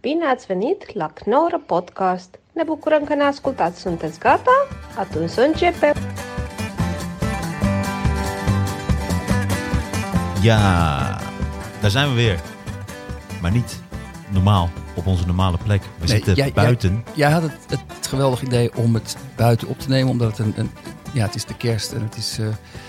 Bine ați venit la Knorr Podcast! Ne bucurăm că ne ascultați. Sunteți gata? Atunci să începem! Ja, daar zijn we weer. Maar niet normaal, op onze normale plek. We zitten buiten. Jij had het geweldig idee om het buiten op te nemen, omdat het het is de kerst en het is...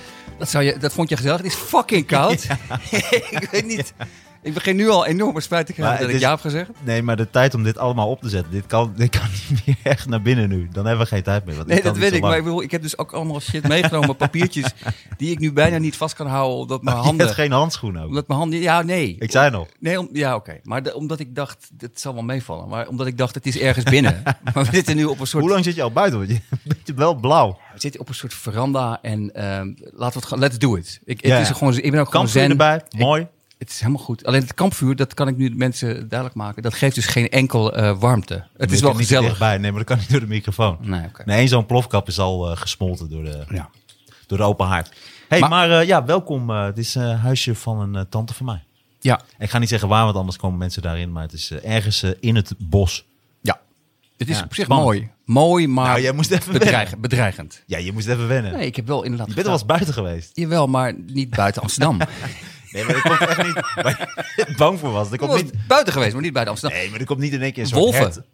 Dat vond je gezellig. Het is fucking koud. Ja. Ik weet niet. Ik begin nu al enorme spijt te krijgen dat ik ja heb gezegd. Nee, maar de tijd om dit allemaal op te zetten, dit kan niet meer echt naar binnen nu. Dan hebben we geen tijd meer. Nee, dat weet ik. Maar ik heb dus ook allemaal shit meegenomen. Papiertjes die ik nu bijna niet vast kan houden. Omdat mijn handen... Je hebt geen handschoenen ook. Omdat mijn handen... Ja, nee. Ik zei nog. Nee, oké. Maar omdat ik dacht, het zal wel meevallen. Maar omdat ik dacht, het is ergens binnen. Maar we zitten nu op een soort... Hoe lang zit je al buiten? Want je bent wel blauw. We zitten op een soort veranda en laten we het gaan... Let's do it. Ik ben ook gewoon Kampvuur zen. Erbij, mooi. Het is helemaal goed. Alleen het kampvuur, dat kan ik nu de mensen duidelijk maken. Dat geeft dus geen enkel warmte. Het is wel gezellig. Nee, maar dat kan niet door de microfoon. Nee, okay. Nee, zo'n plofkap is al gesmolten door de open haard. Maar welkom. Het is huisje van een tante van mij. Ja. Ik ga niet zeggen waar, want anders komen mensen daarin. Maar het is ergens in het bos. Ja. Het is op zich mooi. Mooi, maar jij moest even bedreigend. Ja, je moest even wennen. Nee, ik heb wel inderdaad... Je bent al eens buiten geweest. Jawel, maar niet buiten Amsterdam. Nee, maar ik kom echt niet waar je bang voor was. Ik was buiten geweest, maar niet buiten Amsterdam. Nee, maar er komt niet in één keer een soort wolven.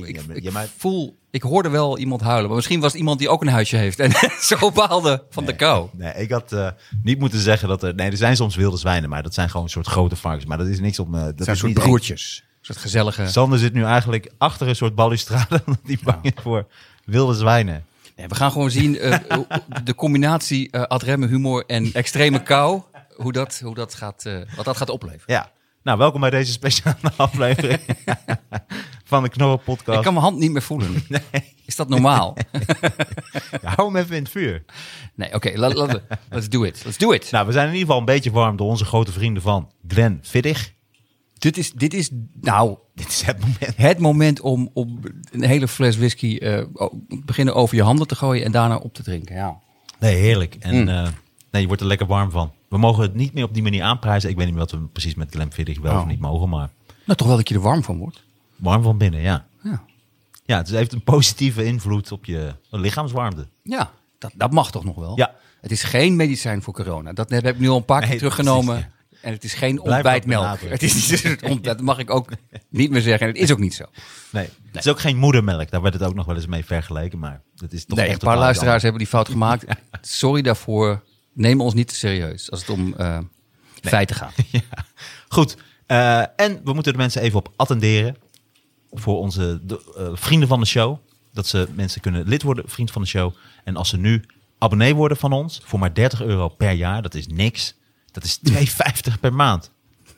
hert. Ik hoorde wel iemand huilen. Maar misschien was het iemand die ook een huisje heeft. En zo baalde van de kou. Nee, ik had niet moeten zeggen dat er... Nee, er zijn soms wilde zwijnen, maar dat zijn gewoon een soort grote varkens. Maar dat is niks op me. Dat zijn een soort broertjes. Een soort gezellige... Sander zit nu eigenlijk achter een soort balustrade. Die bang is voor wilde zwijnen. Nee, we gaan gewoon zien de combinatie ad rem humor en extreme kou. Wat dat gaat opleveren. Ja, nou welkom bij deze speciale aflevering van de Knorr Podcast. Ik kan mijn hand niet meer voelen. Nee. Is dat normaal? Ja, hou hem even in het vuur. Nee, oké, let's do it. Let's do it. Nou, we zijn in ieder geval een beetje warm door onze grote vrienden van Glen Fiddich. Dit is het moment. Het moment om een hele fles whisky beginnen over je handen te gooien en daarna op te drinken. Ja. Nee, heerlijk. En je wordt er lekker warm van. We mogen het niet meer op die manier aanprijzen. Ik weet niet meer wat we precies met Glenfiddich wel of niet mogen, maar... Nou, toch wel dat je er warm van wordt. Warm van binnen, ja. Ja, het heeft een positieve invloed op je lichaamswarmte. Ja, dat mag toch nog wel? Ja. Het is geen medicijn voor corona. Dat heb ik nu al een paar keer teruggenomen. Precies, ja. En het is geen ontbijtmelk. Dat mag ik ook niet meer zeggen. En het is ook niet zo. Nee. Het is ook geen moedermelk. Daar werd het ook nog wel eens mee vergeleken. Maar dat is toch echt een paar luisteraars hebben die fout gemaakt. Sorry daarvoor. Neem ons niet te serieus als het om feiten gaat. Ja. Goed. En we moeten de mensen even op attenderen. Voor onze vrienden van de show. Dat mensen kunnen lid worden, vriend van de show. En als ze nu abonnee worden van ons. Voor maar €30 per jaar. Dat is niks. Dat is €2,50 per maand.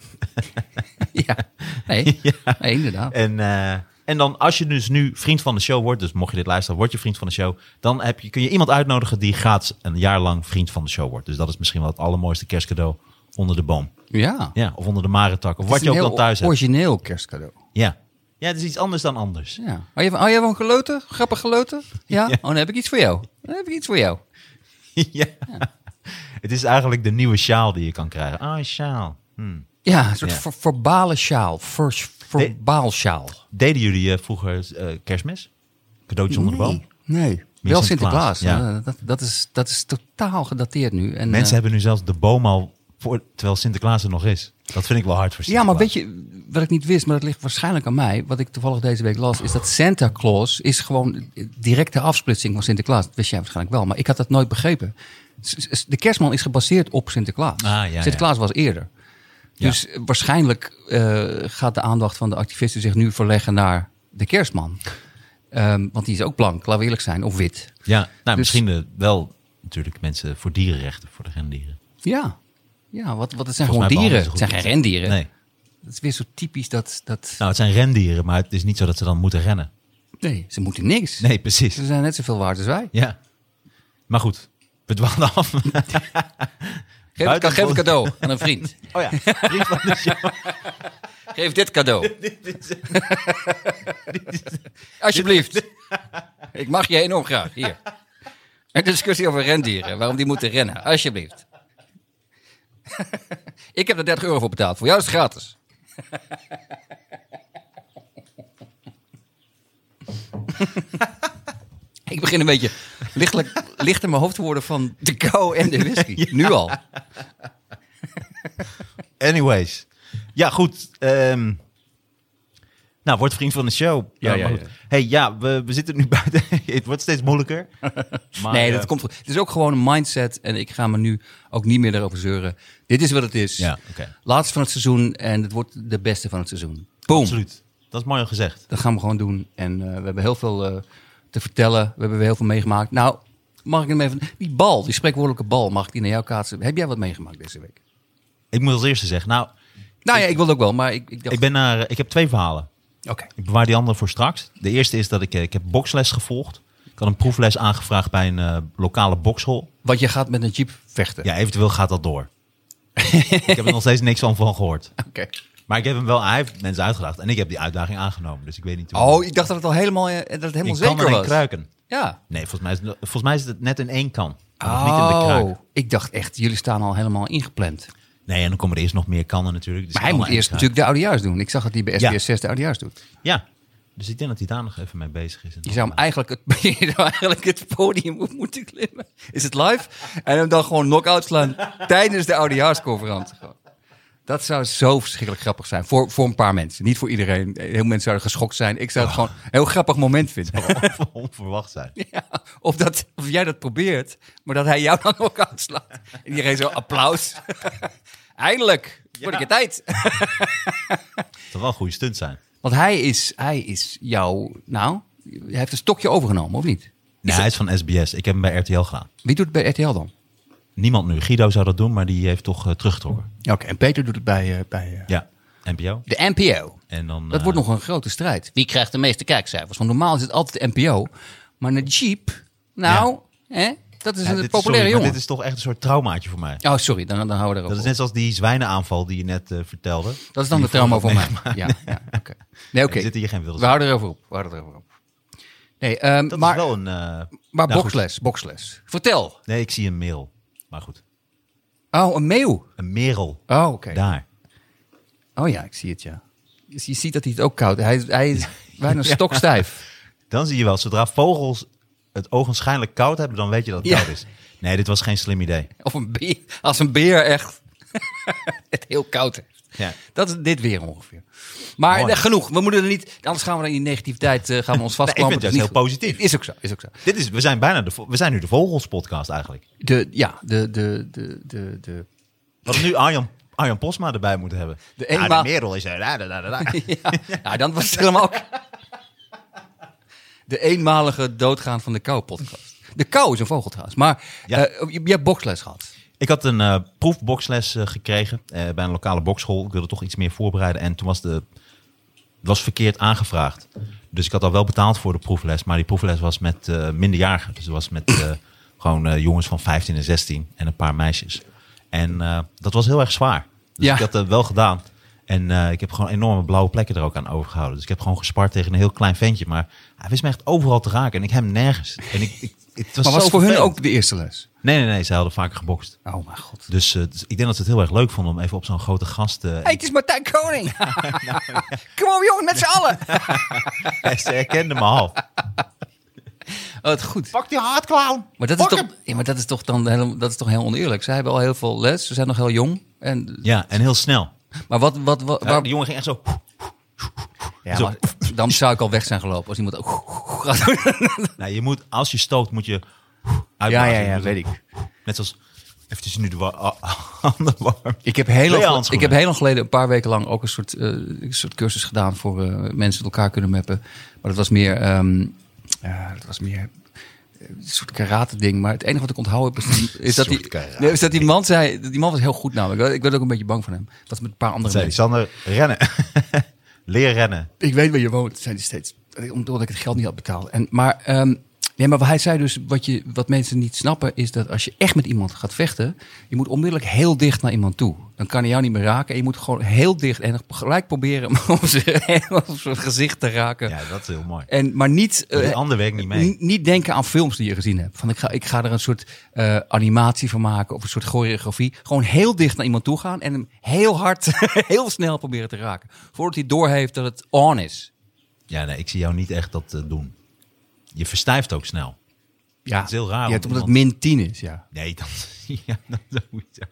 Ja, nee, inderdaad. En dan als je dus nu vriend van de show wordt, dus mocht je dit luisteren, word je vriend van de show, dan kun je iemand uitnodigen die gratis een jaar lang vriend van de show wordt. Dus dat is misschien wel het allermooiste kerstcadeau onder de boom. Ja. Of onder de marentak, of wat je ook dan thuis hebt. Origineel kerstcadeau. Ja. Ja, het is iets anders dan anders. Ja. Oh, jij wel een geleuter? Grappig geleuter? Ja? Ja. Oh, dan heb ik iets voor jou. Ja. Het is eigenlijk de nieuwe sjaal die je kan krijgen. Ah, een sjaal. Ja, een soort verbale sjaal. Verbaal sjaal. Deden jullie vroeger kerstmis? Cadeautjes onder de boom? Nee. Wel Sinterklaas. Ja. Dat is totaal gedateerd nu. En, mensen hebben nu zelfs de boom al terwijl Sinterklaas er nog is. Dat vind ik wel hard voor Sinterklaas. Ja, maar weet je wat ik niet wist, maar dat ligt waarschijnlijk aan mij. Wat ik toevallig deze week las, is dat Santa Claus is gewoon directe afsplitsing van Sinterklaas. Dat wist jij waarschijnlijk wel, maar ik had dat nooit begrepen. De kerstman is gebaseerd op Sinterklaas. Sinterklaas was eerder. Dus waarschijnlijk gaat de aandacht van de activisten zich nu verleggen naar de kerstman. Want die is ook blank, laten we eerlijk zijn, of wit. Ja, dus, misschien wel natuurlijk mensen voor dierenrechten, voor de rendieren. Ja, wat het zijn gewoon dieren. Het zijn geen rendieren. Nee. Dat is weer zo typisch dat... Nou, het zijn rendieren, maar het is niet zo dat ze dan moeten rennen. Nee, ze moeten niks. Nee, precies. Ze zijn net zoveel waard als wij. Ja. Maar goed, we dwaalden af. Geef een cadeau aan een vriend. Oh ja, vriend van de show. Geef dit cadeau. Alsjeblieft. Ik mag je enorm graag. Hier. Een discussie over rendieren. Waarom die moeten rennen. Alsjeblieft. Ik heb er €30 voor betaald. Voor jou is het gratis. Ik begin een beetje licht in mijn hoofd te worden van de kou en de whisky. Ja. Nu al. Anyways. Ja, goed. Nou, word vriend van de show. Ja. Hey, we zitten nu buiten. Het wordt steeds moeilijker. Maar, nee, dat komt goed. Het is ook gewoon een mindset. En ik ga me nu ook niet meer erover zeuren. Dit is wat het is. Ja, okay. Laatste van het seizoen. En het wordt de beste van het seizoen. Boom. Absoluut. Dat is mooi al gezegd. Dat gaan we gewoon doen. En we hebben heel veel te vertellen. We hebben weer heel veel meegemaakt. Nou, mag ik hem even... Die bal, die spreekwoordelijke bal, mag ik die naar jou kaatsen? Heb jij wat meegemaakt deze week? Ik moet als eerste zeggen. Nou ja, ik wilde ook wel, maar ik dacht... Ik heb 2 verhalen. Oké. Ik bewaar die andere voor straks. De eerste is dat ik heb boksles gevolgd. Ik had een proefles aangevraagd bij een lokale bokshol. Want je gaat met een jeep vechten? Ja, eventueel gaat dat door. Ik heb er nog steeds niks van gehoord. Oké. Maar ik heb hem wel, hij heeft mensen uitgedaagd. En ik heb die uitdaging aangenomen. Dus ik weet niet hoe. Oh, ik dacht dat het al helemaal, zeker was. Kruiken. Ja. Nee, volgens mij is het net in 1 kan. Nog niet in de kruik. Ik dacht echt, jullie staan al helemaal ingepland. Nee, en dan komen er eerst nog meer kannen natuurlijk. Dus maar hij moet eerst natuurlijk de oudejaars doen. Ik zag dat hij bij SBS 6 de oudejaars doet. Ja, dus ik denk dat hij daar nog even mee bezig is. Je zou hem eigenlijk het podium op moeten klimmen. Is het live? En hem dan gewoon knock-out slaan tijdens de oudejaarsconferentie. Dat zou zo verschrikkelijk grappig zijn. Voor een paar mensen. Niet voor iedereen. Heel veel mensen zouden geschokt zijn. Ik zou het gewoon een heel grappig moment vinden. Onverwacht zijn. Ja, of jij dat probeert, maar dat hij jou dan ook aanslaat. En iedereen zo applaus. Eindelijk. Word ik het tijd. Dat zou wel een goede stunt zijn. Want hij is jou... Nou, hij heeft een stokje overgenomen, of niet? Nee, hij is van SBS. Ik heb hem bij RTL gedaan. Wie doet het bij RTL dan? Niemand nu. Guido zou dat doen, maar die heeft toch teruggetrokken. Oké, en Peter doet het bij ja, NPO. De NPO. En dan, dat wordt nog een grote strijd. Wie krijgt de meeste kijkcijfers? Want normaal is het altijd de NPO. Maar Najib, dat is een populaire jongen. Dit is toch echt een soort traumaatje voor mij. Oh, sorry, dan houden we erover. Dat is net zoals die zwijnenaanval die je net vertelde. Dat is dan de trauma voor mij. Ja, oké. Nee, oké. Zitten hier geen wilde. We houden erover op. Nee, dat maar, is wel een... maar boksles. Vertel. Nee, ik zie een merel. Maar goed. Oh, een meeuw. Een merel. Oh, oké. Daar. Oh ja, ik zie het, ja. Je ziet dat hij het ook koud. Hij is bijna stokstijf. Dan zie je wel, zodra vogels het ogenschijnlijk koud hebben, dan weet je dat het koud is. Nee, dit was geen slim idee. Of een beer, als een beer echt het heel koud heeft. Ja. Dat is dit weer ongeveer. Maar genoeg, we moeten er niet... Anders gaan we in die negativiteit gaan we ons vastklampen. Ik vind het juist heel positief. Is ook zo. We zijn nu de Vogelspodcast eigenlijk. We hadden nu Arjan Posma erbij moeten hebben. De merel is er. Ja, dan was het helemaal ook... De eenmalige doodgaan van de kou-podcast. De kou is een vogel trouwens. Maar je hebt boksles gehad. Ik had een proefboksles gekregen bij een lokale bokschool. Ik wilde toch iets meer voorbereiden. En toen was verkeerd aangevraagd. Dus ik had al wel betaald voor de proefles. Maar die proefles was met minderjarigen. Dus het was met gewoon jongens van 15 en 16 en een paar meisjes. En dat was heel erg zwaar. Dus ik had het wel gedaan. En ik heb gewoon enorme blauwe plekken er ook aan overgehouden. Dus ik heb gewoon gespart tegen een heel klein ventje. Maar hij wist me echt overal te raken. En ik hem nergens. En het was maar was voor hun ook de eerste les? Nee. Ze hadden vaker gebokst. Oh mijn god. Dus ik denk dat ze het heel erg leuk vonden om even op zo'n grote gast... Hey, het is Martijn Koning. Kom op jongen, met z'n allen. Ze herkende me al. Oh, het goed. Pak die hardclown. Maar dat is toch heel oneerlijk. Zij hebben al heel veel les. Ze zijn nog heel jong. En heel snel. Maar die jongen ging echt zo... Ja, maar dan zou ik al weg zijn gelopen als iemand gaat doen. Nou, je moet, als je stookt, moet je uitblazen. Ja, weet ik. Net zoals eventjes nu de handen warm. Ik heb heel lang geleden, een paar weken lang, ook een soort cursus gedaan voor mensen met elkaar kunnen mappen. Maar dat was meer, een soort karate ding. Maar het enige wat ik onthouden heb is dat die man zei, die man was heel goed namelijk. Ik werd ook een beetje bang van hem. Dat met een paar andere mensen. Sander, rennen. Leer rennen. Ik weet waar je woont, zei hij steeds. Omdat ik het geld niet had betaald. Maar hij zei dus, wat mensen niet snappen, is dat als je echt met iemand gaat vechten, je moet onmiddellijk heel dicht naar iemand toe. Dan kan hij jou niet meer raken. En je moet gewoon heel dicht en gelijk proberen om zijn gezicht te raken. Ja, dat is heel mooi. Maar niet... de ander werkt niet mee. Niet denken aan films die je gezien hebt. Van ik ga er een soort animatie van maken of een soort choreografie. Gewoon heel dicht naar iemand toe gaan en hem heel hard, heel snel proberen te raken. Voordat hij doorheeft dat het on is. Ja, nee, ik zie jou niet echt dat doen. je verstijft ook snel. Ja, Het is heel raar. ja, omdat het min 10 is, ja. Nee, dat sowieso.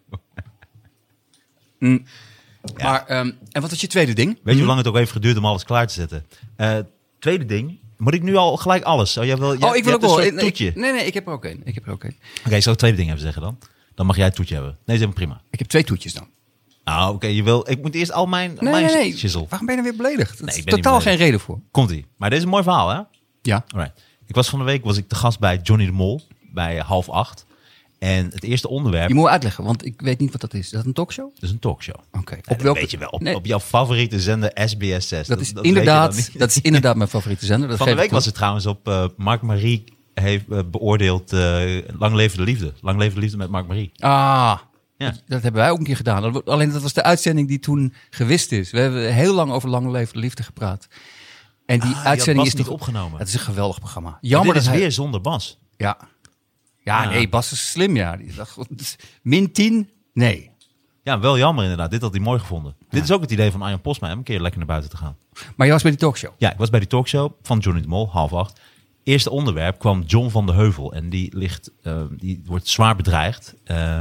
Maar, en wat was je tweede ding? Weet je hoe lang het ook heeft geduurd om alles klaar te zetten? Tweede ding. Moet ik nu al gelijk alles? Oh, ik wil ook wel een toetje. Nee, ik heb er ook één. Oké, ik zal het tweede ding even zeggen dan. Dan mag jij het toetje hebben. Nee, dat is helemaal prima. Ik heb 2 toetjes dan. Nou, oké, ik moet eerst al mijn shizzle. Waarom ben je nou weer beledigd? Er Nee, is ik ben niet totaal beledigd. geen reden voor. Komt-ie. Maar dit is een mooi verhaal, hè? Ja. Alright. Van de week was ik te gast bij Johnny de Mol. Bij 7:30. En het eerste onderwerp... Je moet uitleggen, want ik weet niet wat dat is. Is dat een talkshow? Dat is een talkshow. Oké. Ja, dat weet je wel. Op jouw favoriete zender SBS 6. Dat is weet inderdaad mijn favoriete zender. Dat van de geef ik week toe. was het trouwens op Mark Marie heeft beoordeeld Lang Leven de Liefde. Lang Leven de Liefde met Mark Marie. Ah, Ja. dat hebben wij ook een keer gedaan. Alleen dat was de uitzending die toen gewist is. We hebben heel lang over Lang Leven de Liefde gepraat. En die uitzending is niet toch opgenomen. Het is een geweldig programma. Maar Jammer dit is dat hij... weer zonder Bas. Ja. Ja, nee, Bas is slim, ja. Die dacht, min 10? Nee. Ja, wel jammer inderdaad. Dit had hij mooi gevonden. Dit is ook het idee van Arjan Posma, om een keer lekker naar buiten te gaan. Maar je was bij die talkshow? Ja, ik was bij die talkshow van Johnny de Mol, 7:30. Eerste onderwerp kwam John van de Heuvel. En die wordt zwaar bedreigd.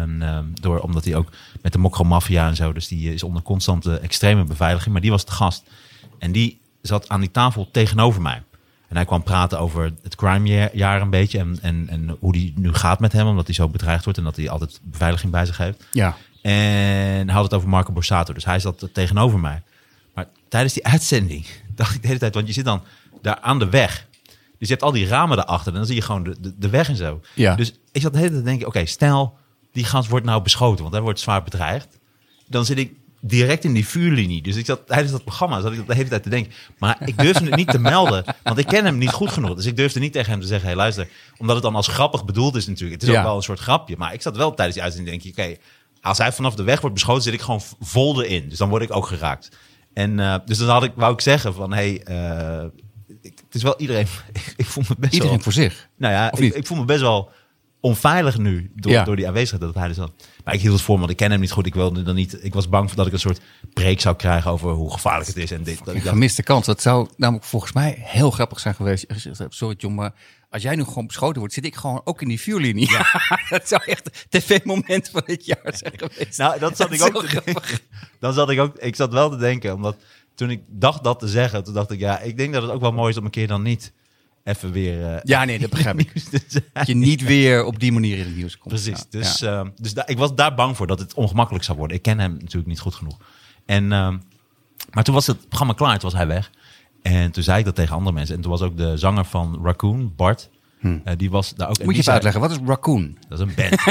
Omdat hij ook met de mokromafia en zo. Dus die is onder constante extreme beveiliging. Maar die was te gast. En die zat aan die tafel tegenover mij. En hij kwam praten over het crime-jaar een beetje. En hoe die nu gaat met hem. Omdat hij zo bedreigd wordt. En dat hij altijd beveiliging bij zich heeft. Ja. En hij had het over Marco Borsato. Dus hij zat tegenover mij. Maar tijdens die uitzending dacht ik de hele tijd... Want je zit dan daar aan de weg. Dus je hebt al die ramen daarachter. En dan zie je gewoon de weg en zo. Ja. Dus ik zat de hele tijd te denken... Oké, stel, die gast wordt nou beschoten. Want hij wordt zwaar bedreigd. Dan zit ik direct in die vuurlinie. Dus ik zat tijdens dat programma zat ik de hele tijd te denken. Maar ik durfde het niet te melden. Want ik ken hem niet goed genoeg. Dus ik durfde niet tegen hem te zeggen... Hey, luister, omdat het dan als grappig bedoeld is natuurlijk. Het is ook wel een soort grapje. Maar ik zat wel tijdens die uitzending denk je... Oké, als hij vanaf de weg wordt beschoten... zit ik gewoon vol erin. Dus dan word ik ook geraakt. En dus dan wou ik zeggen van... Hey, het is wel iedereen... Ik voel me best Iedereen wel... voor zich. Nou ja, ik voel me best wel onveilig nu door die aanwezigheid dat hij er zat. Maar ik hield het voor, want ik ken hem niet goed. Ik was bang dat ik een soort preek zou krijgen over hoe gevaarlijk het is. En dit. Een gemiste kans. Dat zou namelijk volgens mij heel grappig zijn geweest. Sorry John, maar als jij nu gewoon beschoten wordt, zit ik gewoon ook in die vuurlinie. Ja. Dat zou echt het tv-moment van het jaar zijn geweest. Nou, dat zat ik ook te denken. Ik zat wel te denken, omdat toen ik dacht dat te zeggen, toen dacht ik, ja, ik denk dat het ook wel mooi is om een keer dan niet even weer... ja, nee, dat begrijp ik. Dat je niet weer op die manier in het nieuws komt. Precies. Ja. Dus ik was daar bang voor dat het ongemakkelijk zou worden. Ik ken hem natuurlijk niet goed genoeg. Maar toen was het programma klaar, toen was hij weg. En toen zei ik dat tegen andere mensen. En toen was ook de zanger van Raccoon, Bart, die was daar ook... Moet je even uitleggen, wat is Raccoon? Dat is een band.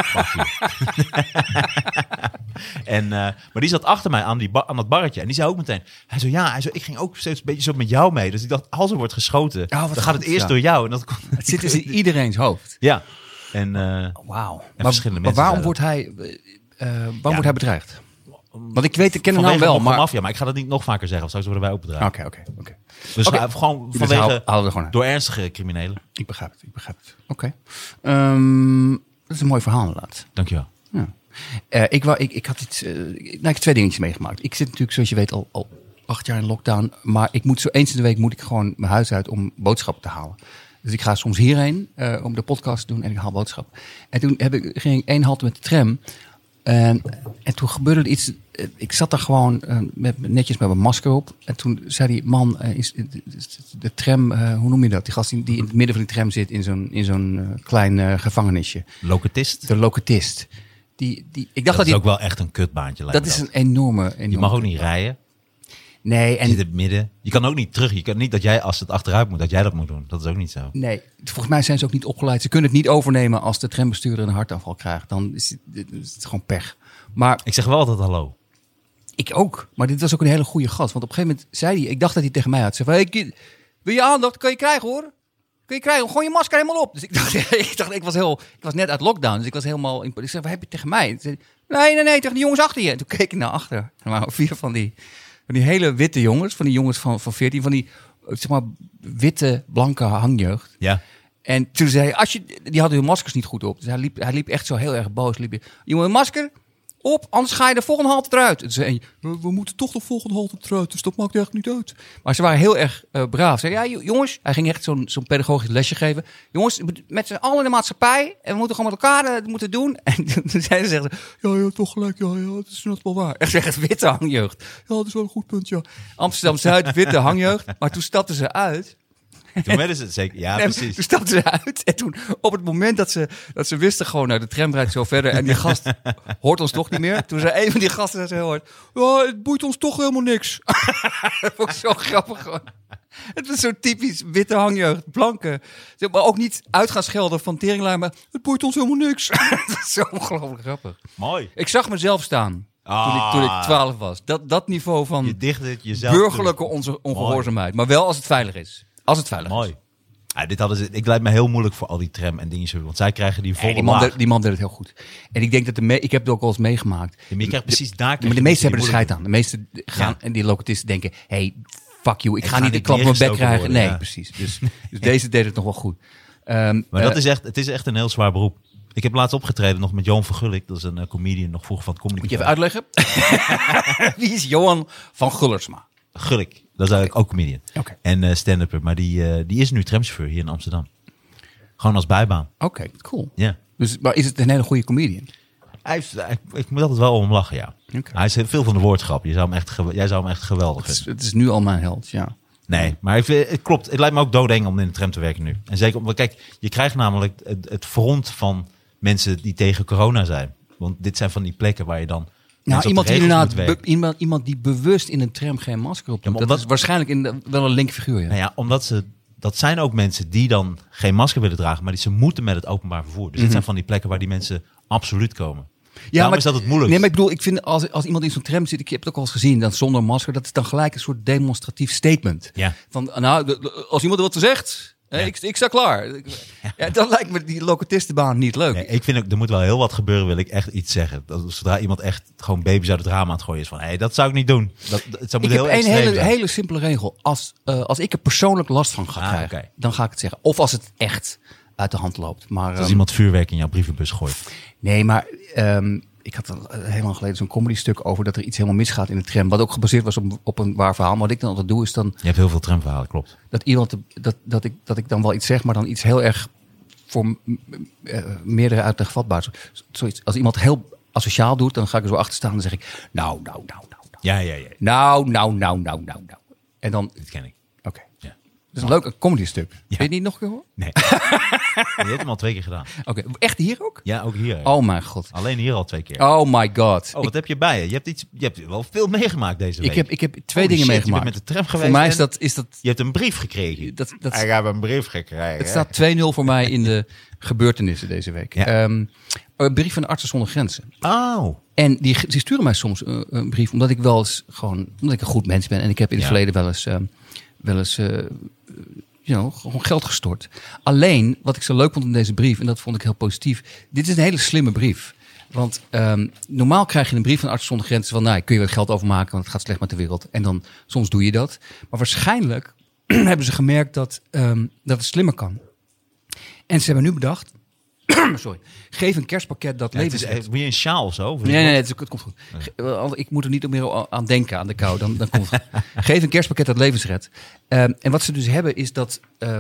Maar die zat achter mij aan dat barretje. En die zei ook meteen... Hij zei, ik ging ook steeds een beetje zo met jou mee. Dus ik dacht, als er wordt geschoten, dan gaat het eerst door jou. En dat het zit dus in iedereens hoofd. Ja. En, wauw. Maar waarom wordt hij bedreigd? Want ik weet, ik ken hem nou wel, maar... Mafia, maar ik ga dat niet nog vaker zeggen. Of straks worden wij ook bedreigd. Oké. Dus gewoon Dus vanwege houden we gewoon door ernstige criminelen. Ik begrijp het. Oké. Dat is een mooi verhaal inderdaad. Dankjewel. Ja. Ik had iets... ik heb 2 dingetjes meegemaakt. Ik zit natuurlijk, zoals je weet, al 8 jaar in lockdown. Maar ik moet zo eens in de week gewoon mijn huis uit om boodschappen te halen. Dus ik ga soms hierheen om de podcast te doen en ik haal boodschap. En toen ging ik 1 halte met de tram. En toen gebeurde er iets. Ik zat daar gewoon netjes met mijn masker op. En toen zei die man, de tram, hoe noem je dat? Die gast die in het midden van die tram zit in zo'n klein gevangenisje. Locatist? De locatist. Ik dacht dat is ook wel echt een kutbaantje. Dat is een enorme... Je mag ook niet rijden. Nee. Je zit in het midden. Je kan ook niet terug. Je kan niet dat jij, als het achteruit moet, dat jij dat moet doen. Dat is ook niet zo. Nee, volgens mij zijn ze ook niet opgeleid. Ze kunnen het niet overnemen als de trambestuurder een hartaanval krijgt. Dan is het gewoon pech. Maar ik zeg wel altijd hallo. Ik ook. Maar dit was ook een hele goede gast. Want op een gegeven moment zei hij... Ik dacht dat hij tegen mij had. Zei van, hey, wil je aandacht? Kan je krijgen hoor. Kun je krijgen. Gewoon je masker helemaal op. Dus ik was net uit lockdown. Dus ik was helemaal... Ik zei, wat heb je tegen mij? Zei, nee. Tegen die jongens achter je. En toen keek ik naar achter. Er waren 4 van die hele witte jongens. Van die jongens van 14. Van die, zeg maar, witte, blanke hangjeugd. Ja. En toen zei hij... Die hadden hun maskers niet goed op. Dus hij liep echt zo heel erg boos. Je moet een masker op, anders ga je de volgende halte eruit. En toen zei een, we moeten toch de volgende halte eruit, dus dat maakt eigenlijk niet uit. Maar ze waren heel erg braaf. Ze zeiden, ja jongens, hij ging echt zo'n pedagogisch lesje geven. Jongens, met z'n allen in de maatschappij, en we moeten gewoon met elkaar het moeten doen. En toen zeiden ze, ja, toch gelijk, ja, dat is net wel waar. En zeg het witte hangjeugd. Ja, dat is wel een goed punt, ja. Amsterdam-Zuid, witte hangjeugd. Maar toen stapten ze uit. Toen werden ze het zeker. Ja, precies. Toen stapten ze uit. En toen, op het moment dat ze wisten gewoon, nou, de tram rijdt zo verder. En die gast hoort ons toch niet meer. Toen zei een van die gasten zo heel hard, ja, het boeit ons toch helemaal niks. Dat vond ik zo grappig gewoon. Het was zo typisch witte hangjeugd, blanke. Maar ook niet uit gaan schelden van teringlijn, maar het boeit ons helemaal niks. Dat is zo ongelooflijk grappig. Mooi. Ik zag mezelf staan toen ik 12 was. Dat niveau van Je dicht het jezelf burgerlijke ongehoorzaamheid. Maar wel als het veilig is. Als het veilig Mooi. is. Ja, dit hadden ze. Ik lijkt me heel moeilijk voor al die tram en dingen. Want zij krijgen die volle Die man deed het heel goed. En ik denk dat ik heb het ook wel eens meegemaakt. Ja, maar je krijgt precies daar. Maar de meesten hebben er scheid aan. De meesten gaan en die locatisten denken, hey, fuck you, ik ga niet de klap op mijn bek krijgen. Worden, nee, ja. precies. Dus deze deed het nog wel goed. Maar het is echt een heel zwaar beroep. Ik heb laatst opgetreden nog met Johan van Gulik. Dat is een comedian nog vroeger van het Comedy. Moet je even uitleggen? Wie is Johan van Gullersma? Gulik. Dat is eigenlijk ook comedian. Oké. En stand-upper. Maar die is nu tramchauffeur hier in Amsterdam. Gewoon als bijbaan. Oké, cool. Ja. Dus, maar is het een hele goede comedian? Ik moet altijd wel om lachen, ja. Okay. Hij is veel van de woordgrap. Jij zou hem echt geweldig vinden. Het is nu al mijn held, ja. Nee, maar het klopt. Het lijkt me ook doodeng om in de tram te werken nu. En zeker omdat, kijk, je krijgt namelijk het front van mensen die tegen corona zijn. Want dit zijn van die plekken waar je dan... Nou, iemand die bewust in een tram geen masker op doet. Dat is waarschijnlijk wel een link figuur. Ja. Nou ja, omdat dat zijn ook mensen die dan geen masker willen dragen, maar die ze moeten met het openbaar vervoer. Dus dit zijn van die plekken waar die mensen absoluut komen. Ja, maar is dat het moeilijk? Nee, maar ik bedoel, ik vind als iemand in zo'n tram zit, ik heb het ook al eens gezien, dan zonder masker, dat is dan gelijk een soort demonstratief statement. Ja. Van, nou, als iemand wat zegt, ja. Ik sta klaar. Ja, dan lijkt me die locatistenbaan niet leuk. Nee, ik vind ook, er moet wel heel wat gebeuren, wil ik echt iets zeggen. Zodra iemand echt gewoon baby's uit het raam aan het gooien is van, dat zou ik niet doen. Het zou ik heb een hele simpele regel. Als ik er persoonlijk last van ga krijgen, dan ga ik het zeggen. Of als het echt uit de hand loopt. Maar, als iemand vuurwerk in jouw brievenbus gooit. Nee, maar ik had heel lang geleden zo'n comedy stuk over dat er iets helemaal misgaat in de tram. Wat ook gebaseerd was op een waar verhaal. Maar wat ik dan altijd doe is dan... Je hebt heel veel tramverhalen, klopt. Dat ik dan wel iets zeg, maar dan iets heel erg voor meerdere uitleg vatbaar. Zoiets. Als iemand heel asociaal doet, dan ga ik er zo achter staan en dan zeg ik... Nou. Ja. Nou. En dan... Dit ken ik. Oké. Ja. Dat is een leuk comedy stuk. Ja. Weet je niet nog een keer hoor? Nee. Je hebt hem al 2 keer gedaan. Oké. Echt hier ook? Ja, ook hier. Oh mijn god. Alleen hier al 2 keer. Oh my god. Oh, wat heb je bij je? Je hebt wel veel meegemaakt deze week. Ik heb 2 dingen meegemaakt. Je bent met de tram geweest. Voor mij is dat... Je hebt een brief gekregen. Ik heb een brief gekregen. Het staat 2-0 voor mij in de gebeurtenissen deze week. Ja. Een brief van de Artsen zonder Grenzen. Oh. En die sturen mij soms een brief, omdat ik wel eens gewoon... Omdat ik een goed mens ben. En ik heb in het verleden wel eens gewoon geld gestort. Alleen, wat ik zo leuk vond in deze brief, en dat vond ik heel positief. Dit is een hele slimme brief. Want normaal krijg je een brief van Artsen zonder Grenzen van, nou, kun je wat geld overmaken, want het gaat slecht met de wereld. En dan, soms doe je dat. Maar waarschijnlijk hebben ze gemerkt dat het slimmer kan. En ze hebben nu bedacht, sorry, geef een kerstpakket dat levens redt. Moet je een sjaal of zo? Nee, het komt goed. Ik moet er niet meer aan denken, aan de kou. Dan komt het goed. Geef een kerstpakket dat levens redt. En wat ze dus hebben is dat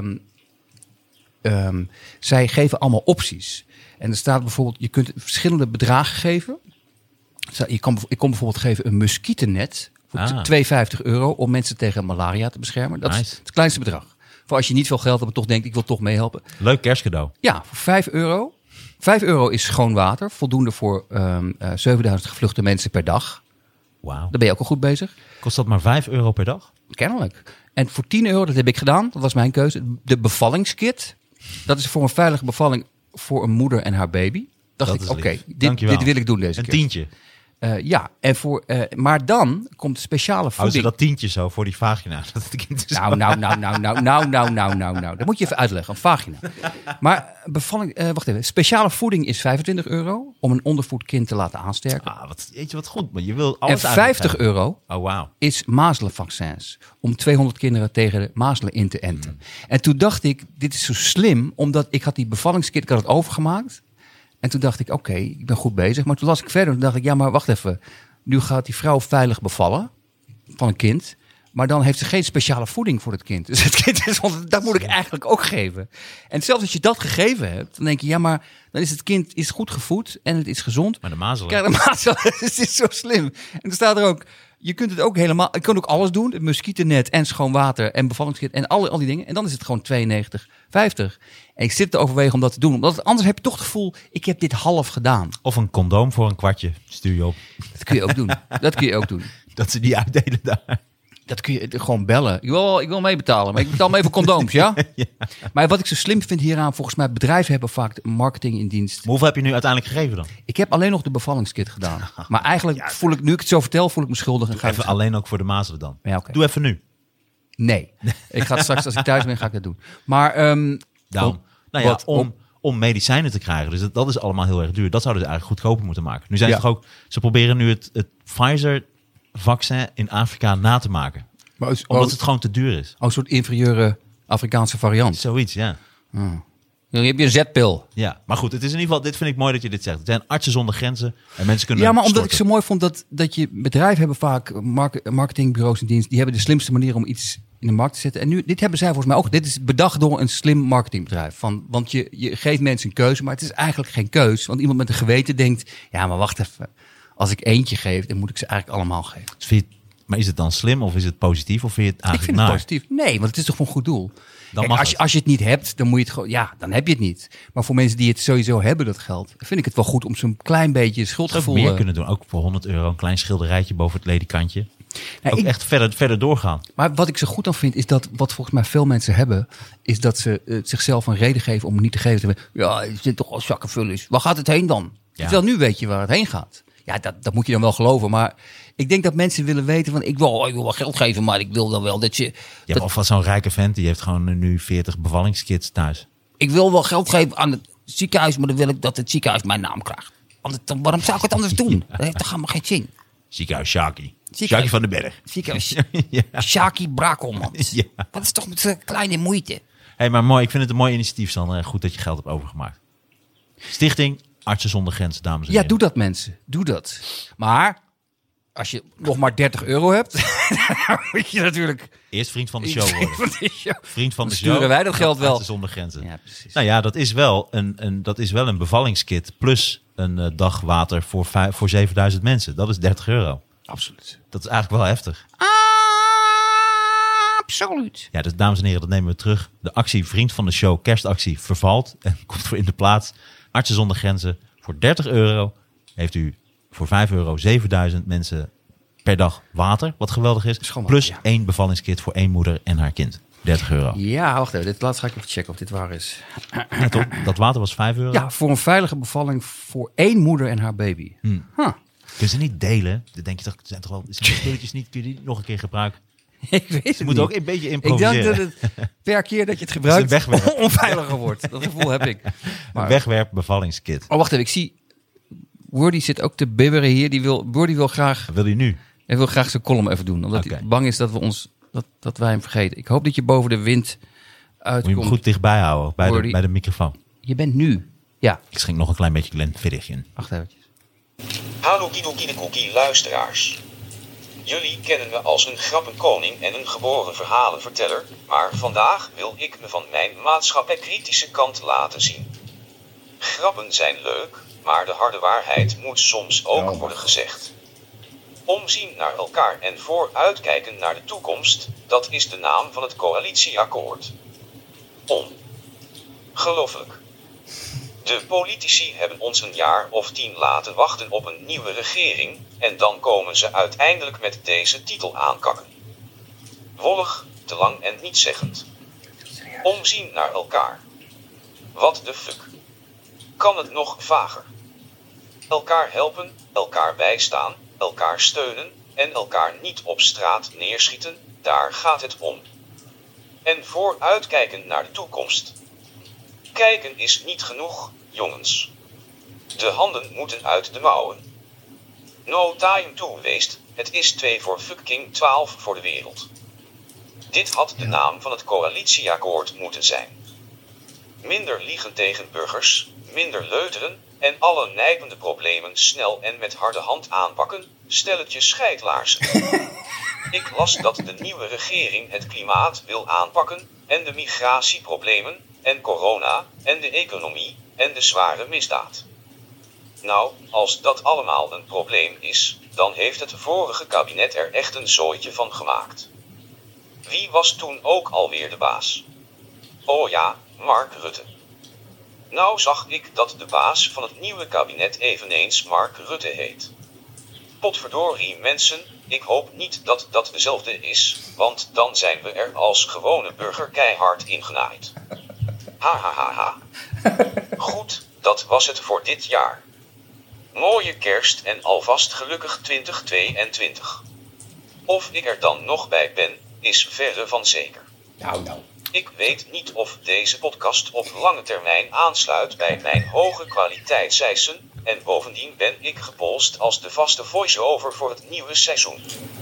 zij geven allemaal opties. En er staat bijvoorbeeld, je kunt verschillende bedragen geven. Ik kon bijvoorbeeld geven een muskietennet voor €2,50 om mensen tegen malaria te beschermen. Dat is het kleinste bedrag. Voor als je niet veel geld hebt, maar toch denkt, ik wil toch meehelpen. Leuk kerstcadeau. Ja, voor €5. €5 is schoon water. Voldoende voor 7000 gevluchte mensen per dag. Wauw. Daar ben je ook al goed bezig. Kost dat maar €5 per dag? Kennelijk. En voor €10, dat heb ik gedaan. Dat was mijn keuze. De bevallingskit. Dat is voor een veilige bevalling voor een moeder en haar baby. Dacht ik, oké, dit wil ik doen deze keer. Een tientje. Ja, maar dan komt speciale voeding. Houden ze dat tientje zo voor die vagina? Dat het kind is Nou. Dat moet je even uitleggen, een vagina. Maar bevalling, wacht even. Speciale voeding is €25 om een ondervoed kind te laten aansterken. Weet je wat goed, maar je wil alles en €50 is mazelenvaccins. Om 200 kinderen tegen de mazelen in te enten. En toen dacht ik, dit is zo slim, omdat ik had die bevallingskit, ik had het overgemaakt En toen dacht ik, oké, ik ben goed bezig. Maar toen las ik verder en dacht ik, ja, maar wacht even. Nu gaat die vrouw veilig bevallen van een kind. Maar dan heeft ze geen speciale voeding voor het kind. Dus het kind is, dat moet ik eigenlijk ook geven. En zelfs als je dat gegeven hebt, dan denk je, ja, maar dan is het kind is goed gevoed en het is gezond. Maar de mazelen. Kijk, de mazelen, het is zo slim. En er staat er ook, je kunt het ook helemaal, je kunt ook alles doen. Het muskietennet en schoon water en bevallingskit en al die dingen. En dan is het gewoon 92,50. En ik zit te overwegen om dat te doen. Omdat anders heb je toch het gevoel, ik heb dit half gedaan. Of een condoom voor een kwartje stuur je op. Dat kun je ook doen. Dat ze die uitdelen daar. Dat kun je gewoon bellen. Ik wil meebetalen, maar ik betaal mee voor condooms, ja? Ja. Maar wat ik zo slim vind hieraan, volgens mij bedrijven hebben vaak marketing in dienst. Maar hoeveel heb je nu uiteindelijk gegeven dan? Ik heb alleen nog de bevallingskit gedaan. Maar eigenlijk voel ik, nu ik het zo vertel, voel ik me schuldig. En ga Even alleen ook voor de mazelen dan. Ja, oké. Doe even nu. Nee, ik ga het straks, als ik thuis ben, ga ik dat doen. Maar Daarom. Om medicijnen te krijgen. Dus dat is allemaal heel erg duur. Dat zouden ze eigenlijk goedkoper moeten maken. Nu zijn ze toch ook, ze proberen nu het Pfizer-vaccin in Afrika na te maken. Maar Omdat het gewoon te duur is. een soort inferieure Afrikaanse variant. Zoiets, ja. Dan heb je een zetpil. Ja, maar goed, het is in ieder geval, dit vind ik mooi dat je dit zegt. Het zijn artsen zonder grenzen en mensen kunnen Ja, maar omdat storten. ik zo mooi vond dat je bedrijven hebben vaak marketingbureaus in dienst. Die hebben de slimste manier om iets in de markt te zetten. En nu, dit hebben zij volgens mij ook. Dit is bedacht door een slim marketingbedrijf. Want je geeft mensen een keuze, maar het is eigenlijk geen keus. Want iemand met een geweten denkt, ja, maar wacht even. Als ik eentje geef, dan moet ik ze eigenlijk allemaal geven. Dus maar is het dan slim of is het positief of vind je het Ik eigenlijk vind het positief. Nee, want het is toch voor een goed doel. Kijk, mag het. als je het niet hebt, dan moet je het gewoon. Ja, dan heb je het niet. Maar voor mensen die het sowieso hebben, dat geld, vind ik het wel goed om zo'n klein beetje Zou schuldgevoel. meer kunnen doen. Ook voor €100 een klein schilderijtje boven het ledikantje. Nou, ook echt verder doorgaan. Maar wat ik zo goed aan vind, is dat wat volgens mij veel mensen hebben, is dat ze zichzelf een reden geven om het niet te geven. Ja, er zit toch al zakkenvullers. Waar gaat het heen dan? Ja. Terwijl nu weet je waar het heen gaat. Ja, dat moet je dan wel geloven. Maar ik denk dat mensen willen weten van, ik wil wel geld geven, maar ik wil dan wel dat je. Ja, of wat zo'n rijke vent, die heeft gewoon nu 40 bevallingskits thuis. Ik wil wel geld geven aan het ziekenhuis, maar dan wil ik dat het ziekenhuis mijn naam krijgt. Waarom zou ik het anders doen? Dat heeft toch helemaal geen zin. Ziekenhuis Shaki. Ziekenhuis- Shaki van den Berg. Ziekenhuis Ja. Shaki Brakelmans. Ja. Wat is toch met zo'n kleine moeite? Hey, maar mooi. Ik vind het een mooi initiatief, Sander. Goed dat je geld hebt overgemaakt. Stichting Artsen zonder Grenzen, dames en Ja, heren. doe dat mensen. Doe dat. Maar als je nog maar €30 hebt, dan moet je natuurlijk. Eerst vriend van de show worden. Vriend van de Dan show. sturen wij dat geld wel. Artsen zonder Grenzen. Ja, precies. Nou ja, dat is wel een bevallingskit plus een dag water voor 7000 mensen. Dat is €30. Absoluut. Dat is eigenlijk wel heftig. Absoluut. Ja, dus dames en heren, dat nemen we terug. De actie Vriend van de Show, kerstactie, vervalt en komt voor in de plaats. Artsen zonder Grenzen. Voor €30 heeft u voor €5 7000 mensen per dag water, wat geweldig is. Schoonmaak, Plus ja. 1 bevallingskit voor 1 moeder en haar kind. €30. Ja, wacht even. Laatst ga ik even checken of dit waar is. Ja, toch? Dat water was €5. Ja, voor een veilige bevalling voor 1 moeder en haar baby. Huh. Kun ze niet delen? Dan denk je toch, zijn toch wel spulletjes niet, kun je die nog een keer gebruiken? Ik weet het Ze moeten ook een beetje Ik improviseren. denk dat het per keer dat je het gebruikt Het is een wegwerp. onveiliger wordt. Dat gevoel heb ik. Een Maar, wegwerp bevallingskit. oh, wacht even. Ik zie Wordy zit ook te bibberen hier. Wordy wil graag, Wat wil je nu? hij wil graag zijn column even doen. Omdat Oké. hij bang is dat wij hem vergeten. Ik hoop dat je boven de wind Moet je uitkomt. hem goed dichtbij houden, Wordy. bij de microfoon. Je bent nu. Ja, Ik schenk nog een klein beetje Glenfiddich in. wacht eventjes. Hallo Kinekoekie luisteraars. Jullie kennen me als een grappenkoning en een geboren verhalenverteller, maar vandaag wil ik me van mijn maatschappij-kritische kant laten zien. Grappen zijn leuk, maar de harde waarheid moet soms ook worden gezegd. Omzien naar elkaar en vooruitkijken naar de toekomst, dat is de naam van het coalitieakkoord. Ongelooflijk. De politici hebben ons een jaar of 10 laten wachten op een nieuwe regering, en dan komen ze uiteindelijk met deze titel aankakken. Wollig, te lang en nietszeggend. Omzien naar elkaar. What the fuck? Kan het nog vager? Elkaar helpen, elkaar bijstaan, elkaar steunen en elkaar niet op straat neerschieten, daar gaat het om. En vooruitkijken naar de toekomst. Kijken is niet genoeg, jongens. De handen moeten uit de mouwen. No time to waste, het is 2:12 voor de wereld. Dit had de naam van het coalitieakkoord moeten zijn. Minder liegen tegen burgers, minder leuteren, en alle nijpende problemen snel en met harde hand aanpakken, stelletje scheidlaarzen. Ik las dat de nieuwe regering het klimaat wil aanpakken, en de migratieproblemen, en corona, en de economie, en de zware misdaad. Nou, als dat allemaal een probleem is, dan heeft het vorige kabinet er echt een zooitje van gemaakt. Wie was toen ook alweer de baas? Oh ja, Mark Rutte. Nou zag ik dat de baas van het nieuwe kabinet eveneens Mark Rutte heet. Potverdorie mensen, ik hoop niet dat dat dezelfde is, want dan zijn we er als gewone burger keihard ingenaaid. Ha ha ha ha. Goed, dat was het voor dit jaar. Mooie kerst en alvast gelukkig 2022. Of ik er dan nog bij ben, is verre van zeker. Nou. Ik weet niet of deze podcast op lange termijn aansluit bij mijn hoge kwaliteitseisen, en bovendien ben ik gepolst als de vaste voice-over voor het nieuwe seizoen.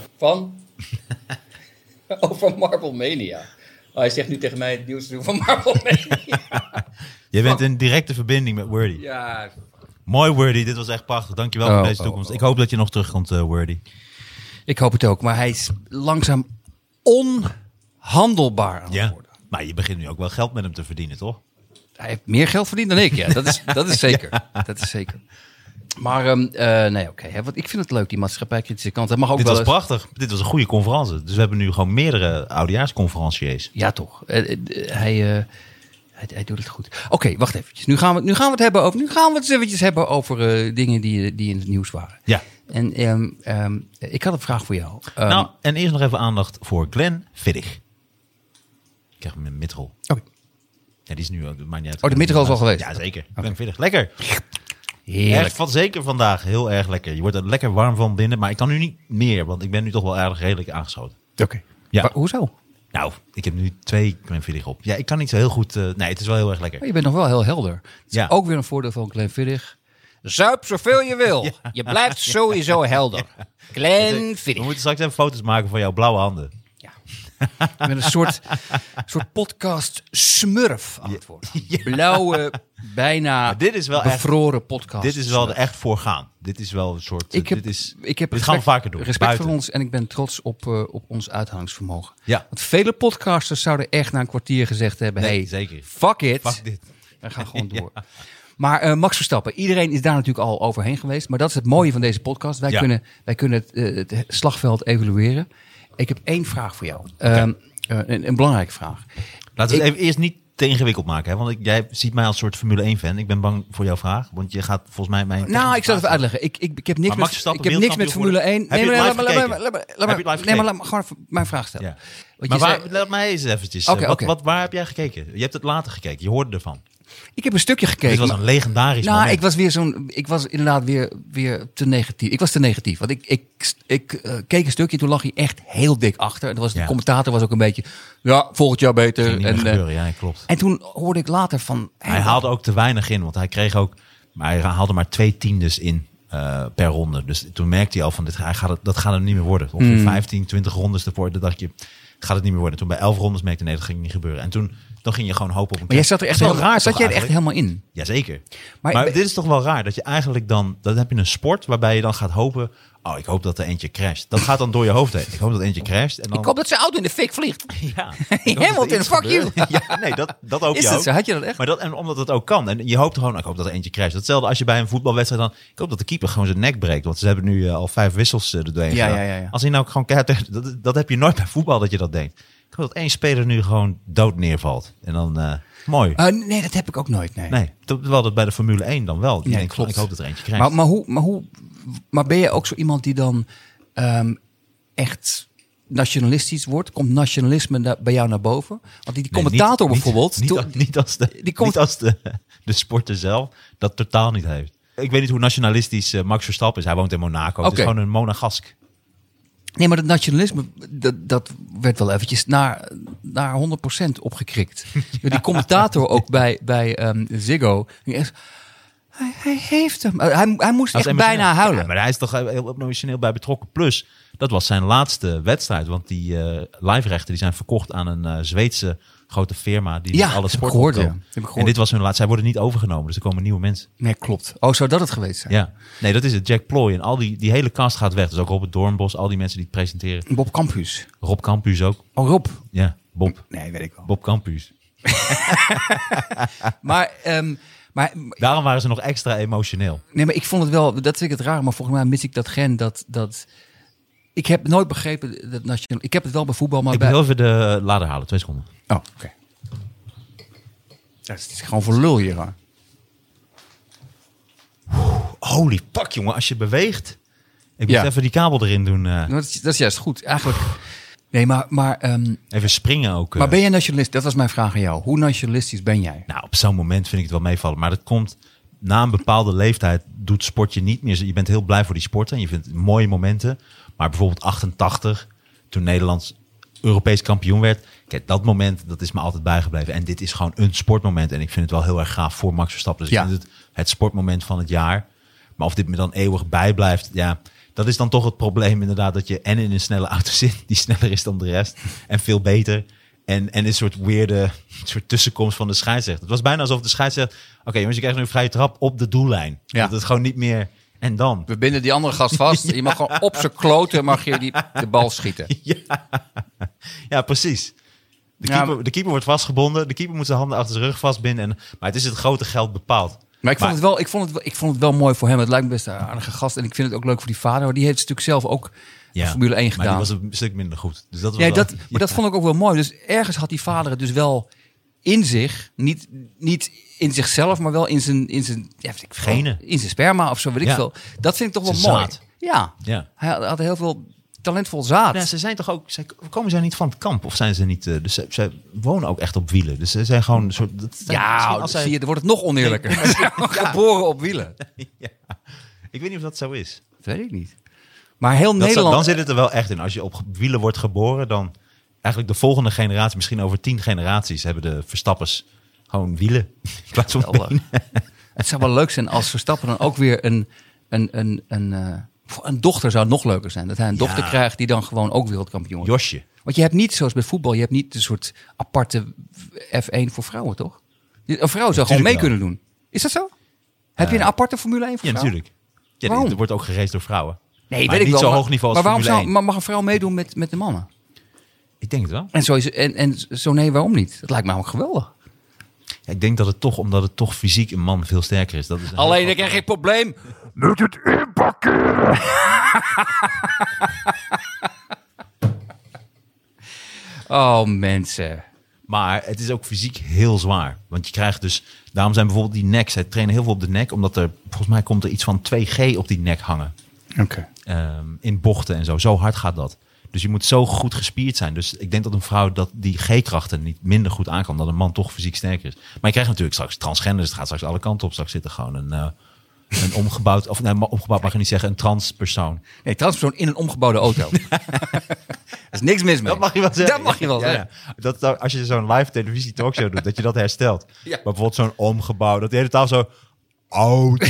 Over Marble Mania. Oh, hij zegt nu tegen mij het nieuws doen van Marble Mania. Je bent in directe verbinding met Wordy. Ja. Mooi Wordy, dit was echt prachtig. Dankjewel voor deze toekomst. Ik hoop dat je nog terugkomt, Wordy. Ik hoop het ook, maar hij is langzaam onhandelbaar aan het worden. Maar je begint nu ook wel geld met hem te verdienen, toch? Hij heeft meer geld verdiend dan ik, ja. Dat is zeker. Dat is zeker. Maar nee, oké. Want ik vind het leuk, die maatschappijkritische kant. Dat mag ook Dit wel was prachtig. Dit was een goede conferentie. Dus we hebben nu gewoon meerdere oudejaarsconferenciers. Ja, toch. Hij doet het goed. Oké, wacht eventjes. Nu gaan we het hebben over. Nu gaan we het eens eventjes hebben over dingen die in het nieuws waren. Ja. En ik had een vraag voor jou. En eerst nog even aandacht voor Glenn Viddig. Ik krijg hem een midrol. Oké. Ja, die is nu ook. De midrol is al geweest. Ja, zeker. Glenn Viddig. Lekker. Heerlijk. Echt van zeker vandaag. Heel erg lekker. Je wordt er lekker warm van binnen. Maar ik kan nu niet meer, want ik ben nu toch wel erg redelijk aangeschoten. Oké. Ja. Maar hoezo? Nou, ik heb nu 2 Glenn Viddig op. Ja, ik kan niet zo heel goed. Nee, het is wel heel erg lekker. Maar je bent nog wel heel helder. Het is Ja. ook weer een voordeel van Glenn Viddig. Zuip zoveel je wil. Ja. Je blijft sowieso helder. Glenn We Viddig. moeten straks even foto's maken van jouw blauwe handen. Met een soort podcast smurf aan het worden. Blauwe, bijna Maar dit is wel bevroren podcast. Dit is wel er echt voor gaan. Dit is wel een soort. Ik heb dit gaan we vaker doen. Respect buiten. voor ons en ik ben trots op ons uithoudingsvermogen. Ja. Want vele podcasters zouden echt na een kwartier gezegd hebben: Nee, hey, zeker. fuck it. Fuck dit. We gaan gewoon door. Maar Max Verstappen, iedereen is daar natuurlijk al overheen geweest. Maar dat is het mooie van deze podcast. Wij kunnen het slagveld evalueren. Ik heb 1 vraag voor jou. Een belangrijke vraag. Laten we het even eerst niet te ingewikkeld maken. Hè? Want jij ziet mij als soort Formule 1 fan. Ik ben bang voor jouw vraag. Want je gaat volgens mij mijn... Nou, ik zal het even uitleggen. Ik heb niks, met Formule 1. Heb je het live gekeken? Nee, maar laat me gewoon even mijn vraag stellen. Ja. Want Maar laat mij eens eventjes. Oké. Waar heb jij gekeken? Je hebt het later gekeken. Je hoorde ervan. Ik heb een stukje gekeken. Dit was een legendarisch moment. Ik was inderdaad weer te negatief. Ik was te negatief. Want ik keek een stukje, toen lag hij echt heel dik achter. En de commentator was ook een beetje, ja, volgend jaar beter. Ging niet meer gebeuren, ja, klopt. En toen hoorde ik later van... Hij haalde ook te weinig in, want hij kreeg ook... Maar hij haalde maar 2 tiendes in per ronde. Dus toen merkte hij al van, dat gaat hem niet meer worden. Ongeveer 15, 20 rondes ervoor, dan dacht je, gaat het niet meer worden. Toen bij 11 rondes merkte hij, nee, dat ging niet gebeuren. En toen ging je gewoon hopen op een... Maar jij zat er echt wel raar. Zat jij er echt helemaal in? Jazeker. Maar dit is toch wel raar, dat je eigenlijk dan heb je een sport waarbij je dan gaat hopen, oh, ik hoop dat er eentje crasht. Dat gaat dan door je hoofd heen. Ik hoop dat eentje crasht. En dan... Ik hoop dat zijn auto in de fik vliegt. Ja. Hamilton, fuck you. Ja, nee, dat hoop je Is dat ook. zo? Had je dat echt? Maar en omdat het ook kan. En je hoopt gewoon, ik hoop dat er eentje crasht. Hetzelfde als je bij een voetbalwedstrijd dan, ik hoop dat de keeper gewoon zijn nek breekt. Want ze hebben nu al 5 wissels er doorheen gedaan. Ja. Als hij nou gewoon keihard, dat heb je nooit bij voetbal dat je dat denkt. Ik hoop dat 1 speler nu gewoon dood neervalt. En dan, mooi. Nee, dat heb ik ook nooit, Nee, terwijl dat bij de Formule 1 dan wel. Die denkt, klopt. Ik hoop dat er eentje crasht. Maar ben je ook zo iemand die dan echt nationalistisch wordt? Komt nationalisme bij jou naar boven? Want die commentator bijvoorbeeld... Niet als de sporter zelf dat totaal niet heeft. Ik weet niet hoe nationalistisch Max Verstappen is. Hij woont in Monaco. Het is gewoon een Monegask. Nee, maar dat nationalisme, dat werd wel eventjes naar 100% opgekrikt. Die commentator ook bij Ziggo... Hij heeft hem. Hij moest echt bijna huilen. Ja, maar hij is toch heel emotioneel bij betrokken. Plus, Dat was zijn laatste wedstrijd. Want die live-rechten die zijn verkocht aan een Zweedse grote firma. Die Ja, alle heb ik sport gehoord, opkoopt. ja. Heb ik gehoord. En dit was hun laatste. Zij worden niet overgenomen. Dus er komen nieuwe mensen. Nee, klopt. Oh, zou dat het geweest zijn? Ja. Nee, dat is het. Jack Ploy en al die hele cast gaat weg. Dus ook Robert Doornbos, al die mensen die het presenteren. Bob Campus. Rob Campus ook. Oh, Rob. Ja, Bob. Nee, weet ik wel. Bob Campus. Maar Daarom waren ze nog extra emotioneel. nee, maar ik vond het wel, dat vind ik het raar, maar volgens mij mis ik dat gen dat ik heb nooit begrepen dat nationaal. Ik heb het wel bij voetbal, maar Ik bij. wil even de lader halen, 2 seconden. Oh, oké. Dat is gewoon voor lul hier. Hoor. Holy fuck, jongen, als je beweegt. Ik moet Ja. even die kabel erin doen. Dat is juist goed. Eigenlijk. Nee, maar Even springen ook. ben jij nationalist? Dat was mijn vraag aan jou. Hoe nationalistisch ben jij? Nou, op zo'n moment vind ik het wel meevallen. Maar dat komt na een bepaalde leeftijd. Doet sport je niet meer. Je bent heel blij voor die sporten. En je vindt mooie momenten. Maar bijvoorbeeld 88, toen Nederland Europees kampioen werd. Kijk, dat moment, dat is me altijd bijgebleven. En dit is gewoon een sportmoment. En ik vind het wel heel erg gaaf voor Max Verstappen. Dus Ja. ik vind het sportmoment van het jaar. Maar of dit me dan eeuwig bijblijft, ja, dat is dan toch het probleem inderdaad. Dat je en in een snelle auto zit, die sneller is dan de rest. En veel beter. En een soort weirde soort tussenkomst van de scheidsrechter. Het was bijna alsof de scheidsrechter... Oké, jongens, je krijgt nu een vrije trap op de doellijn. Ja. Dat het gewoon niet meer... En dan? We binden die andere gast vast. Je mag gewoon op zijn kloten mag je de bal schieten. Ja, precies. De keeper wordt vastgebonden. De keeper moet zijn handen achter zijn rug vastbinden. Maar het is het grote geld bepaald. Maar ik vond het wel mooi voor hem. Het lijkt me best een aardige gast. En ik vind het ook leuk voor die vader. Die heeft natuurlijk zelf ook Formule 1 gedaan. Maar die was een stuk minder goed. Dus dat was Ja, wel, maar dat vond ik ook wel mooi. Dus ergens had die vader het dus wel in zich. Niet in zichzelf, maar wel in zijn weet ik veel, Genen. in zijn sperma of zo, weet ik veel. Dat vind ik toch wel Zijn mooi. zaad. Ja. Hij had heel veel talentvol zaad. Ja, ze zijn toch ook... Komen zij niet van het kamp? Of zijn ze niet... dus zij wonen ook echt op wielen. Dus ze zijn gewoon een soort... Zie je, dan wordt het nog oneerlijker. Ze zijn geboren op wielen. Ja. Ik weet niet of dat zo is. Dat weet ik niet. Maar heel Nederland... Dan zit het er wel echt in. Als je op wielen wordt geboren, dan... Eigenlijk de volgende generatie, misschien over 10 generaties... hebben de Verstappers gewoon wielen. In plaats van benen. Het zou wel leuk zijn als Verstappen dan ook weer een dochter zou nog leuker zijn. Dat hij een dochter krijgt die dan gewoon ook wereldkampioen wordt. Josje. Want je hebt niet, zoals bij voetbal, je hebt niet een soort aparte F1 voor vrouwen, toch? Een vrouw zou gewoon mee wel. kunnen doen. Is dat zo? Heb je een aparte Formule 1 voor Ja, vrouwen? natuurlijk. Ja, Waarom? er wordt ook geraced door vrouwen. Nee, Maar weet ik niet wel. zo hoog niveau als maar Formule 1. Maar mag een vrouw meedoen met de mannen? Ik denk het wel. En zo nee, waarom niet? Dat lijkt me ook geweldig. Ja, ik denk dat het toch, omdat het toch fysiek een man veel sterker is. Dat is een Alleen heel ik heb geen probleem. Met het inpakken! Oh, mensen. Maar het is ook fysiek heel zwaar. Want je krijgt dus... Daarom zijn bijvoorbeeld die nek... Zij trainen heel veel op de nek. Omdat er... Volgens mij komt er iets van 2G op die nek hangen. Oké. In bochten en zo. Zo hard gaat dat. Dus je moet zo goed gespierd zijn. Dus ik denk dat een vrouw die G-krachten niet minder goed aan kan. Dat een man toch fysiek sterker is. Maar je krijgt natuurlijk straks transgenders. Het gaat straks alle kanten op. Straks zit er gewoon een omgebouwd... Of nee, omgebouwd mag je niet zeggen. Een transpersoon. Nee, transpersoon in een omgebouwde auto. Er is niks mis mee. Dat mag je wel zeggen. Dat mag je wel zeggen. Ja. Dat, als je zo'n live televisie talkshow doet, dat je dat herstelt. Ja. Maar bijvoorbeeld zo'n omgebouw, dat de hele tafel zo... Auto.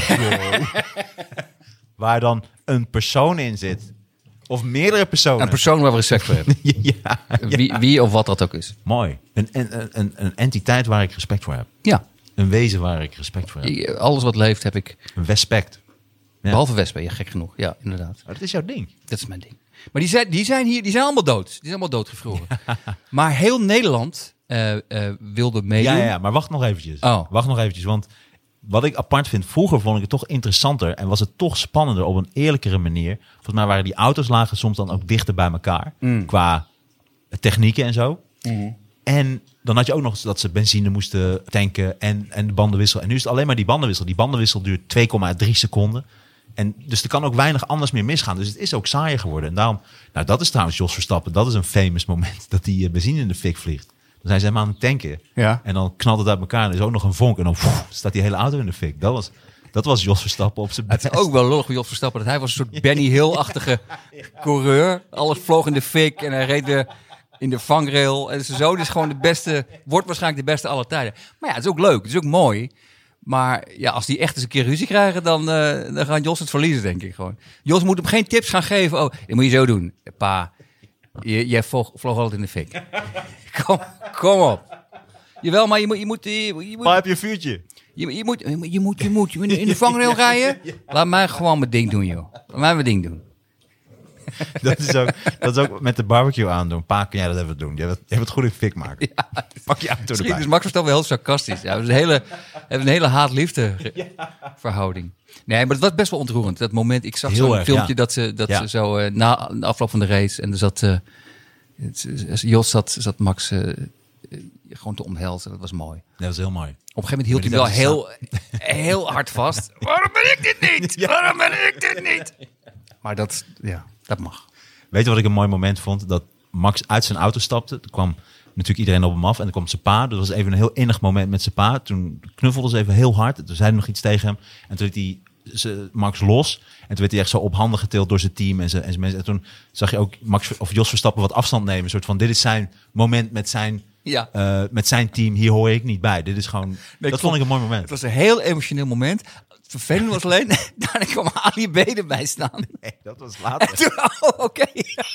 Waar dan een persoon in zit. Of meerdere personen. Een persoon waar we respect voor hebben. ja. Wie of wat dat ook is. Mooi. Een entiteit waar ik respect voor heb. Ja. Een wezen waar ik respect voor heb. Alles wat leeft heb ik. Een respect. Ja. Behalve wespen, ja, gek genoeg. Ja, inderdaad. Maar dat is jouw ding. Dat is mijn ding. Maar die zijn hier, die zijn allemaal dood. Die zijn allemaal doodgevroren. Maar heel Nederland wilde meedoen. Ja, maar wacht nog eventjes. Oh. Wacht nog eventjes, want wat ik apart vind... Vroeger vond ik het toch interessanter... en was het toch spannender op een eerlijkere manier. Volgens mij waren die auto's lagen soms dan ook dichter bij elkaar... qua technieken en zo. En dan had je ook nog dat ze benzine moesten tanken... en de bandenwissel. En nu is het alleen maar die bandenwissel. Die bandenwissel duurt 2,3 seconden... En dus er kan ook weinig anders meer misgaan. Dus het is ook saaier geworden. En daarom, nou dat is trouwens Jos Verstappen. Dat is een famous moment dat die benzine in de fik vliegt. Dan zijn ze helemaal aan het tanken. Ja. En dan knalt het uit elkaar. En er is ook nog een vonk. En dan staat die hele auto in de fik. Dat was Jos Verstappen op zijn best. Het is ook wel lullig voor Jos Verstappen. Dat hij was een soort Benny Hill-achtige coureur. Alles vloog in de fik. En hij reed weer in de vangrail. En zijn zoon is gewoon de beste. Wordt waarschijnlijk de beste aller tijden. Maar ja, het is ook leuk. Het is ook mooi. Maar ja, als die echt eens een keer ruzie krijgen, dan gaan Jos het verliezen, denk ik gewoon. Jos moet hem geen tips gaan geven. Oh, dit moet je zo doen. Pa, jij vloog altijd in de fik. Kom op. Jawel, maar je moet Pa, heb je een vuurtje? Je moet in de vangrail rijden. Laat mij gewoon mijn ding doen, joh. Laat mij mijn ding doen. Dat is ook met de barbecue aandoen. Pa, kun jij dat even doen? Je hebt het goed in fik maken. Ja. Pak je auto Misschien erbij. is Max Verstappen wel heel sarcastisch. Ja, we hebben een hele haat-liefde verhouding. Nee, maar het was best wel ontroerend. Dat moment, ik zag Heel zo'n erg, filmpje ja. dat ze zo na de afloop van de race... en er Jos zat Max gewoon te omhelzen. Dat was mooi. Dat was heel mooi. Op een gegeven moment hield hij wel heel hard vast. Waarom ben ik dit niet? Waarom ben ik dit niet? Maar dat mag. Weet je wat ik een mooi moment vond? Dat Max uit zijn auto stapte. Toen kwam natuurlijk iedereen op hem af. En dan kwam zijn pa. Dat was even een heel innig moment met zijn pa. Toen knuffelden ze even heel hard. Toen zei hij nog iets tegen hem. En toen liet hij Max los. En toen werd hij echt zo op handen getild door zijn team en zijn mensen. En toen zag je ook Jos Verstappen wat afstand nemen. Een soort van, dit is zijn moment met zijn team. Hier hoor ik niet bij. Dit is gewoon... dat vond ik een mooi moment. Het was een heel emotioneel moment. Het vervelende was alleen... daarna kwam Ali B erbij staan. Nee, dat was later. En toen, oké.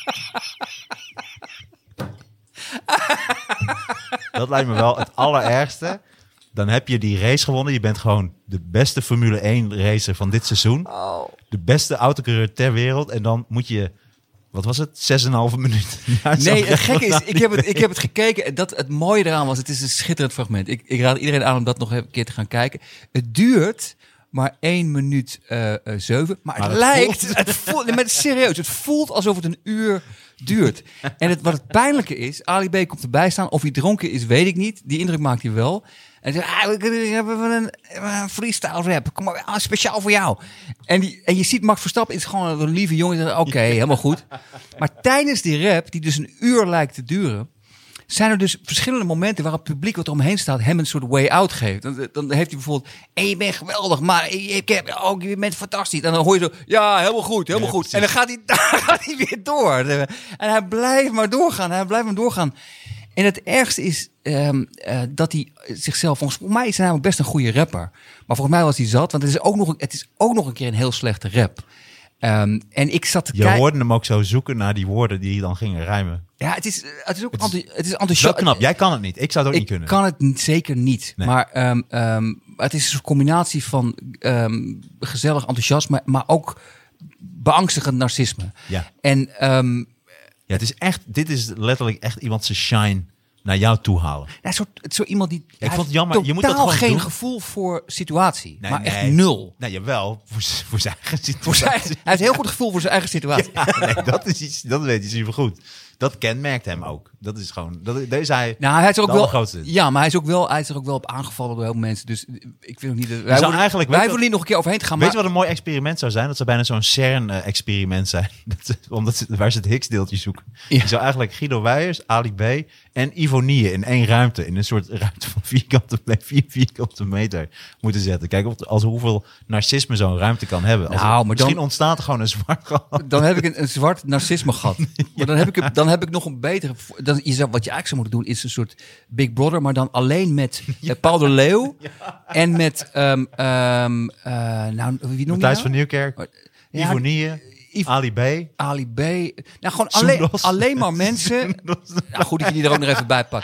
Dat lijkt me wel het allerergste. Dan heb je die race gewonnen. Je bent gewoon de beste Formule 1 racer van dit seizoen. De beste autocoureur ter wereld. En dan moet je... Wat was het? 6,5 minuten. Nee, het gekke is, ik heb het gekeken. En het mooie eraan was, het is een schitterend fragment. Ik raad iedereen aan om dat nog een keer te gaan kijken. Het duurt maar 1 minuut 7. Maar het lijkt... Het voelt, serieus, het voelt alsof het een uur duurt. En wat het pijnlijke is, Ali B komt erbij staan. Of hij dronken is, weet ik niet. Die indruk maakt hij wel. En hij zegt, we hebben een freestyle rap. Kom maar, speciaal voor jou. En je ziet Max Verstappen is gewoon een lieve jongen. Oké, helemaal goed. Maar tijdens die rap, die dus een uur lijkt te duren... zijn er dus verschillende momenten waarop het publiek wat er omheen staat hem een soort way out geeft. Dan heeft hij bijvoorbeeld, je bent geweldig, maar je bent fantastisch. En dan hoor je zo, ja, helemaal goed. Precies. En dan gaat hij weer door. En hij blijft maar doorgaan. En het ergste is dat hij zichzelf... Volgens mij is hij namelijk best een goede rapper. Maar volgens mij was hij zat, want het is ook nog een keer een heel slechte rap. En ik zat te kijken... Je hoorde hem ook zo zoeken naar die woorden die dan gingen rijmen. Ja, het is enthousiast. Wel knap. Jij kan het niet. Ik zou het ook niet kunnen. Ik kan het zeker niet. Nee. Maar het is een soort combinatie van gezellig enthousiasme, maar ook beangstigend narcisme. Ja. En ja, het is echt... Dit is letterlijk echt iemand zijn shine naar jou toe halen. zo iemand die... Ik vond het jammer. Je moet dat totaal gewoon geen doen. gevoel voor situatie. Nee, maar nee. echt nul. Nee, jawel. Voor zijn eigen situatie. Hij heeft heel goed gevoel voor zijn eigen situatie. Ja, nee, dat is iets... Dat weet hij super goed. Dat kenmerkt hem ook. Dat is gewoon... Dat is hij... Nou, hij is er ook de wel. allergrootste. Ja, maar hij is er ook wel op aangevallen door heel veel mensen. Dus ik vind ook niet dat wij willen hier nog een keer overheen te gaan. Weet je wat een mooi experiment zou zijn? Dat zou bijna zo'n CERN-experiment zijn. Waar ze het Higgs-deeltje zoeken. Ja. Je zou eigenlijk Guido Weijers, Ali B. en Ivonie in één ruimte. In een soort ruimte van 4 vierkante meter moeten zetten. Kijk als hoeveel narcisme zo'n ruimte kan hebben. Misschien ontstaat er gewoon een zwart gat. Dan heb ik een zwart narcisme gehad. Maar dan heb ik nog een betere... Wat je eigenlijk zou moeten doen is een soort Big Brother, maar dan alleen met Paul de Leeuw en met wie noem je Thijs nou? van Nieuwkerk, Ja, Ivonie, Ali B. Ali B. Nou, gewoon Soendos. alleen maar mensen. Nou, goed dat je die er ook nog even bij pakt.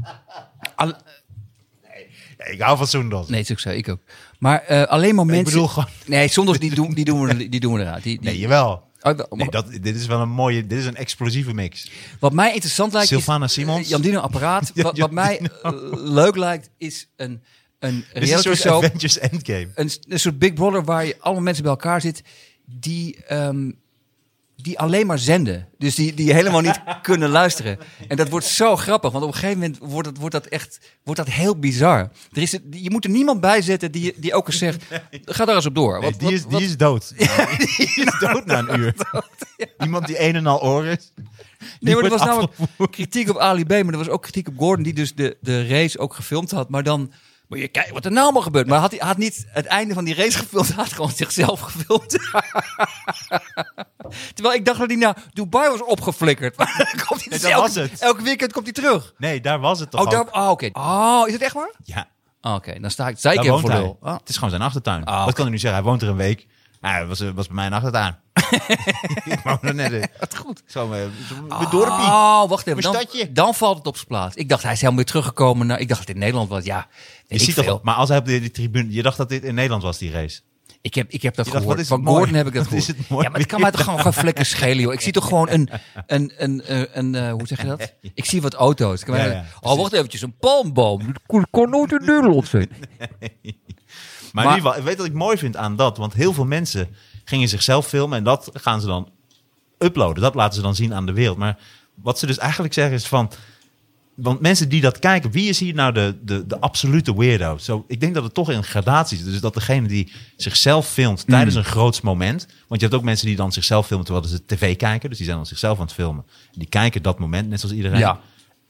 Ja, ik hou van Soendos. Nee, dat is ook zo. Ik ook. Maar alleen maar mensen. Ik bedoel gewoon... Nee, Soendos die doen we eruit. Nee, jawel. Nee, Dit is wel een mooie... Dit is een explosieve mix. Wat mij interessant lijkt Sylvana is... Simons. Jandino Apparaat. Ja, Wat mij leuk lijkt is een Dit is een reality soort show. Avengers Endgame. Een soort Big Brother waar je allemaal mensen bij elkaar zit die alleen maar zenden. Dus die helemaal niet kunnen luisteren. En dat wordt zo grappig, want op een gegeven moment wordt dat heel bizar. Je moet er niemand bij zetten die ook eens zegt, ga daar eens op door. Nee, die is dood. Die is dood na een uur. Iemand die een en al oor is. Nee, maar er was namelijk kritiek op Ali B, maar er was ook kritiek op Gordon, die dus de race ook gefilmd had. Maar dan moet je kijken wat er nou allemaal gebeurt. Maar hij had niet het einde van die race gefilmd, hij had gewoon zichzelf gefilmd. Terwijl ik dacht dat hij naar Dubai was opgeflikkerd. Maar dan komt hij Nee, dat was het. Elke weekend komt hij terug. Nee, daar was het toch ook. Oké. Oh, is het echt waar? Ja. Oké, dan sta ik Daar even woont voor hij. lul. Oh. Het is gewoon zijn achtertuin. Ah, Wat kan hij nu zeggen? Hij woont er een week. Hij was bij mij een achtertuin. Ik woon er net in. Wat goed. Zo, mijn dorpie. Oh, wacht even. Mijn stadje. Dan valt het op zijn plaats. Ik dacht, hij is helemaal weer teruggekomen. Ik dacht dat het in Nederland was. Ja, Je weet ziet ik toch, veel. maar als hij op die tribune... Je dacht dat dit in Nederland was, die race. Ik heb dat Je dacht, gehoord. wat is Van het mooi. Gordon heb ik dat Wat is gehoord. het mooi Ja, maar het kan mij toch gewoon geen vlekken schelen, joh. Ik zie toch gewoon een hoe zeg je dat? Ik zie wat auto's. Ja, ja, Wacht eventjes, een palmboom. Dat kon nooit in Nederland zijn. Maar in ieder geval, weet wat ik mooi vind aan dat? Want heel veel mensen gingen zichzelf filmen en dat gaan ze dan uploaden. Dat laten ze dan zien aan de wereld. Maar wat ze dus eigenlijk zeggen is van... Want mensen die dat kijken, wie is hier nou de absolute weirdo? Zo, ik denk dat het toch in gradaties is. Dus dat degene die zichzelf filmt tijdens een groots moment... Want je hebt ook mensen die dan zichzelf filmen terwijl ze tv kijken. Dus die zijn dan zichzelf aan het filmen. Die kijken dat moment, net zoals iedereen. Ja.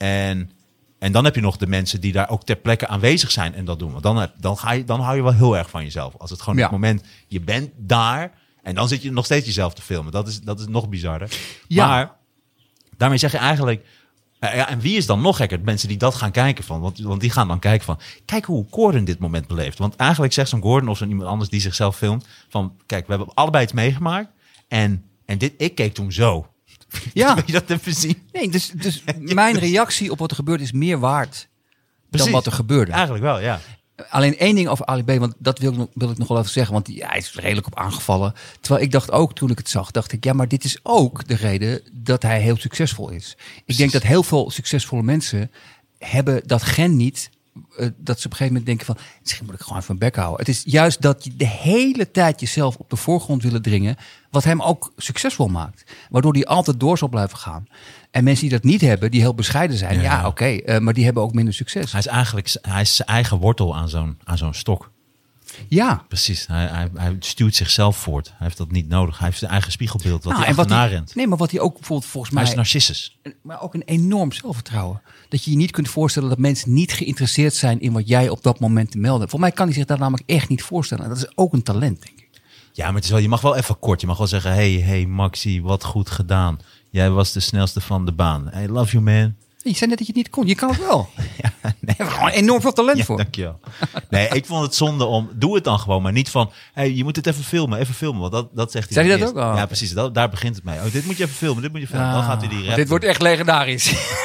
En dan heb je nog de mensen die daar ook ter plekke aanwezig zijn en dat doen. Want dan hou je wel heel erg van jezelf. Als het gewoon Ja. het moment, je bent daar... En dan zit je nog steeds jezelf te filmen. Dat is nog bizarder. Ja. Maar daarmee zeg je eigenlijk... Ja, en wie is dan nog gekker? Mensen die dat gaan kijken van. Want die gaan dan kijken van... Kijk hoe Gordon dit moment beleeft. Want eigenlijk zegt zo'n Gordon of zo'n iemand anders die zichzelf filmt... Van kijk, we hebben allebei iets meegemaakt. En ik keek toen zo. Ja. Wil je dat even zien? Nee, dus mijn reactie op wat er gebeurt is meer waard Precies. dan wat er gebeurde. Eigenlijk wel, ja. Alleen één ding over Ali B, want dat wil ik nog wel even zeggen. Want hij is redelijk op aangevallen. Terwijl ik dacht ook, toen ik het zag, dacht ik... ja, maar dit is ook de reden dat hij heel succesvol is. Ik denk dat heel veel succesvolle mensen hebben dat gen niet... dat ze op een gegeven moment denken van... misschien moet ik gewoon even mijn bek houden. Het is juist dat je de hele tijd jezelf op de voorgrond willen dringen... wat hem ook succesvol maakt. Waardoor hij altijd door zal blijven gaan. En mensen die dat niet hebben, die heel bescheiden zijn... Ja. oké, maar die hebben ook minder succes. Hij is zijn eigen wortel aan zo'n stok. Ja. Precies. Hij stuurt zichzelf voort. Hij heeft dat niet nodig. Hij heeft zijn eigen spiegelbeeld wat Nou, hij achterna rent. Nee, maar wat hij ook bijvoorbeeld volgens Hij mij... is Narcissus. Maar ook een enorm zelfvertrouwen. Dat je je niet kunt voorstellen dat mensen niet geïnteresseerd zijn... in wat jij op dat moment te melden. Voor mij kan hij zich dat namelijk echt niet voorstellen. En dat is ook een talent, denk ik. Ja, maar het is wel, je mag wel even kort. Je mag wel zeggen, hey Maxi, wat goed gedaan. Jij was de snelste van de baan. I love you, man. Je zei net dat je het niet kon. Je kan het wel. Je hebt gewoon enorm veel talent Ja, voor. dankjewel. Nee, ik vond het zonde om... Doe het dan gewoon, maar niet van... Hey, je moet het even filmen. Want dat zegt hij. Zei hij dan dat eerst. ook? Oh. Ja, precies. Daar begint het mee. Oh, dit moet je even filmen. Dan gaat hij die rap. Dit wordt echt legendarisch.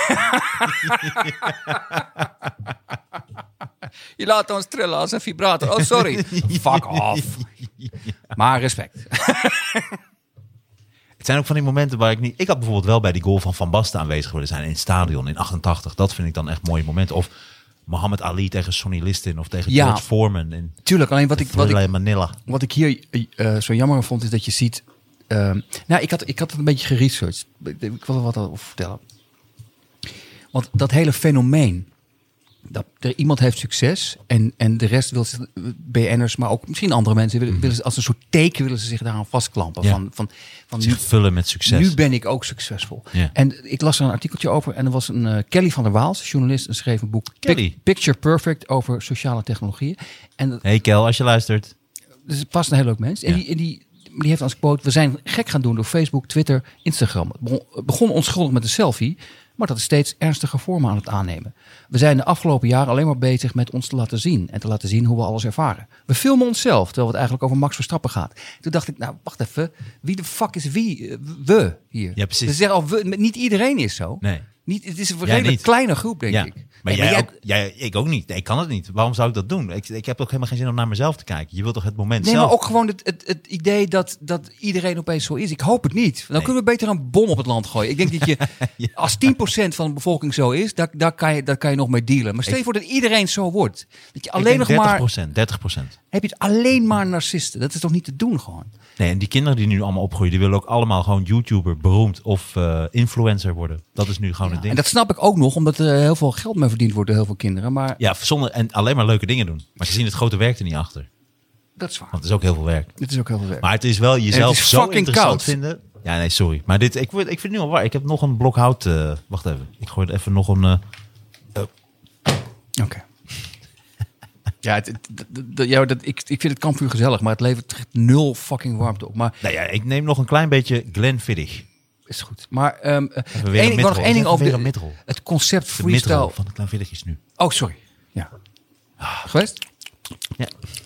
Je laat ons trillen als een vibrator. Oh, sorry. Fuck off. Maar respect. Het zijn ook van die momenten waar ik niet... Ik had bijvoorbeeld wel bij die goal van Van Basten aanwezig willen zijn in het stadion in 88. Dat vind ik dan echt mooie momenten. Of Muhammad Ali tegen Sonny Liston of tegen Ja. George Foreman in Tuurlijk, alleen Manila. wat ik hier zo jammer vond, is dat je ziet... ik had het een beetje geresearched. Ik wil er wat over vertellen. Want dat hele fenomeen... dat er iemand heeft succes en de rest wil BN'ers, maar ook misschien andere mensen willen ze, als een soort teken willen ze zich daaraan vastklampen. Ja. Van Zich vullen met succes. nu ben ik ook succesvol. Ja. En ik las er een artikeltje over en er was een Kelly van der Waals, journalist, en schreef een boek Kelly. Picture Perfect over sociale technologieën. En dat Hey Kel, als je luistert. is vast een heel leuk mens. En Ja. die heeft als quote: we zijn gek gaan doen door Facebook, Twitter, Instagram. Het begon onschuldig met een selfie, maar dat is steeds ernstige vormen aan het aannemen. We zijn de afgelopen jaren alleen maar bezig met ons te laten zien en te laten zien hoe we alles ervaren. We filmen onszelf, terwijl het eigenlijk over Max Verstappen gaat. Toen dacht ik, nou wacht even, wie de fuck is wie? We hier. Ja, precies. We zeggen al, niet iedereen is zo. Nee. Het is een Jij redelijk niet. kleine groep, denk Ja. ik. Maar, Nee, ik ook niet. Nee, ik kan het niet. Waarom zou ik dat doen? Ik heb ook helemaal geen zin om naar mezelf te kijken. Je wilt toch het moment Nee, zelf... maar ook gewoon het idee dat iedereen opeens zo is. Ik hoop het niet. Dan kunnen we beter een bom op het land gooien. Ik denk dat je, als 10% van de bevolking zo is, daar kan je nog mee dealen. Maar stel je voor dat iedereen zo wordt. Dat je alleen nog maar... 30%. Heb je het alleen maar narcisten. Dat is toch niet te doen gewoon? Nee, en die kinderen die nu allemaal opgroeien, die willen ook allemaal gewoon YouTuber, beroemd of influencer worden. Dat is nu gewoon het ding. En dat snap ik ook nog, omdat er heel veel geld mee verdiend wordt door heel veel kinderen. Maar Ja, en alleen maar leuke dingen doen. Maar ze zien het grote werk er niet achter. dat is waar. Want het is ook heel veel werk. Het is ook heel veel werk. Maar het is wel jezelf het is zo fucking interessant koud. vinden. Ja, nee, sorry. Maar ik vind het nu al waar. Ik heb nog een blok hout. Wacht even. Ik gooi er even nog een... Oké. Ja, ik vind het kampvuur gezellig, maar het levert echt nul fucking warmte op. Maar Nou ja, ik neem nog een klein beetje Glenfiddich. is goed. Maar weer een ik wil nog midrol. één ding Even over weer een midrol. het concept De midrol freestyle. van de Glenfiddich is nu. Oh, sorry. Ja. Geweest? Ja.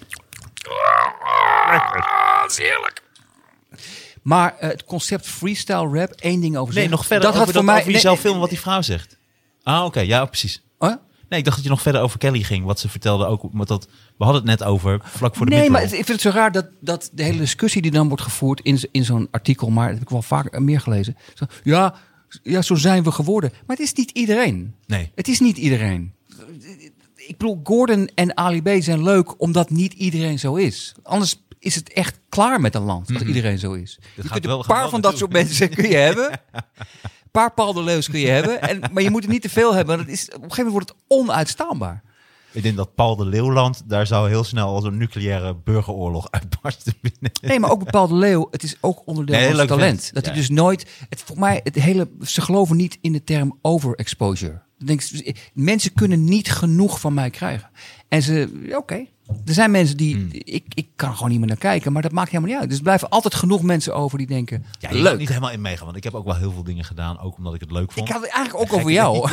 Dat is heerlijk. Maar het concept freestyle rap, 1 ding over Nee, zeggen. nog verder dat had voor mij over jezelf filmen wat die vrouw zegt. Ah, oké. Ja, precies. Oh, ja? Nee, ik dacht dat je nog verder over Kelly ging. Wat ze vertelde ook. Want we hadden het net over vlak voor de Nee, midroll. maar ik vind het zo raar dat de hele discussie die dan wordt gevoerd in zo'n artikel, maar dat heb ik wel vaak meer gelezen. Zo, ja, zo zijn we geworden. Maar het is niet iedereen. Nee. Het is niet iedereen. Ik bedoel, Gordon en Ali B zijn leuk omdat niet iedereen zo is. Anders is het echt klaar met een land als iedereen zo is. Je gaat kunt wel- een gaat paar wel van dat naartoe. soort mensen kun je hebben. Een paar Paul de Leeuws kun je hebben. Maar je moet er niet te veel hebben. Want op een gegeven moment wordt het onuitstaanbaar. Ik denk dat Paul de Leeuwland, daar zou heel snel als een nucleaire burgeroorlog uitbarsten binnen. Nee, maar ook bij Paul de Leeuw, het is ook onderdeel Nee, van zijn leuk talent. vent. Dat hij Ja. dus nooit... Voor mij, ze geloven niet in de term overexposure. Dan denk ik, mensen kunnen niet genoeg van mij krijgen. En oké. Er zijn mensen die... Ik kan gewoon niet meer naar kijken, maar dat maakt helemaal niet uit. Dus er blijven altijd genoeg mensen over die denken... Ja, je leuk. gaat niet helemaal in meegaan, want ik heb ook wel heel veel dingen gedaan, ook omdat ik het leuk vond. Ik had het eigenlijk ook over jou.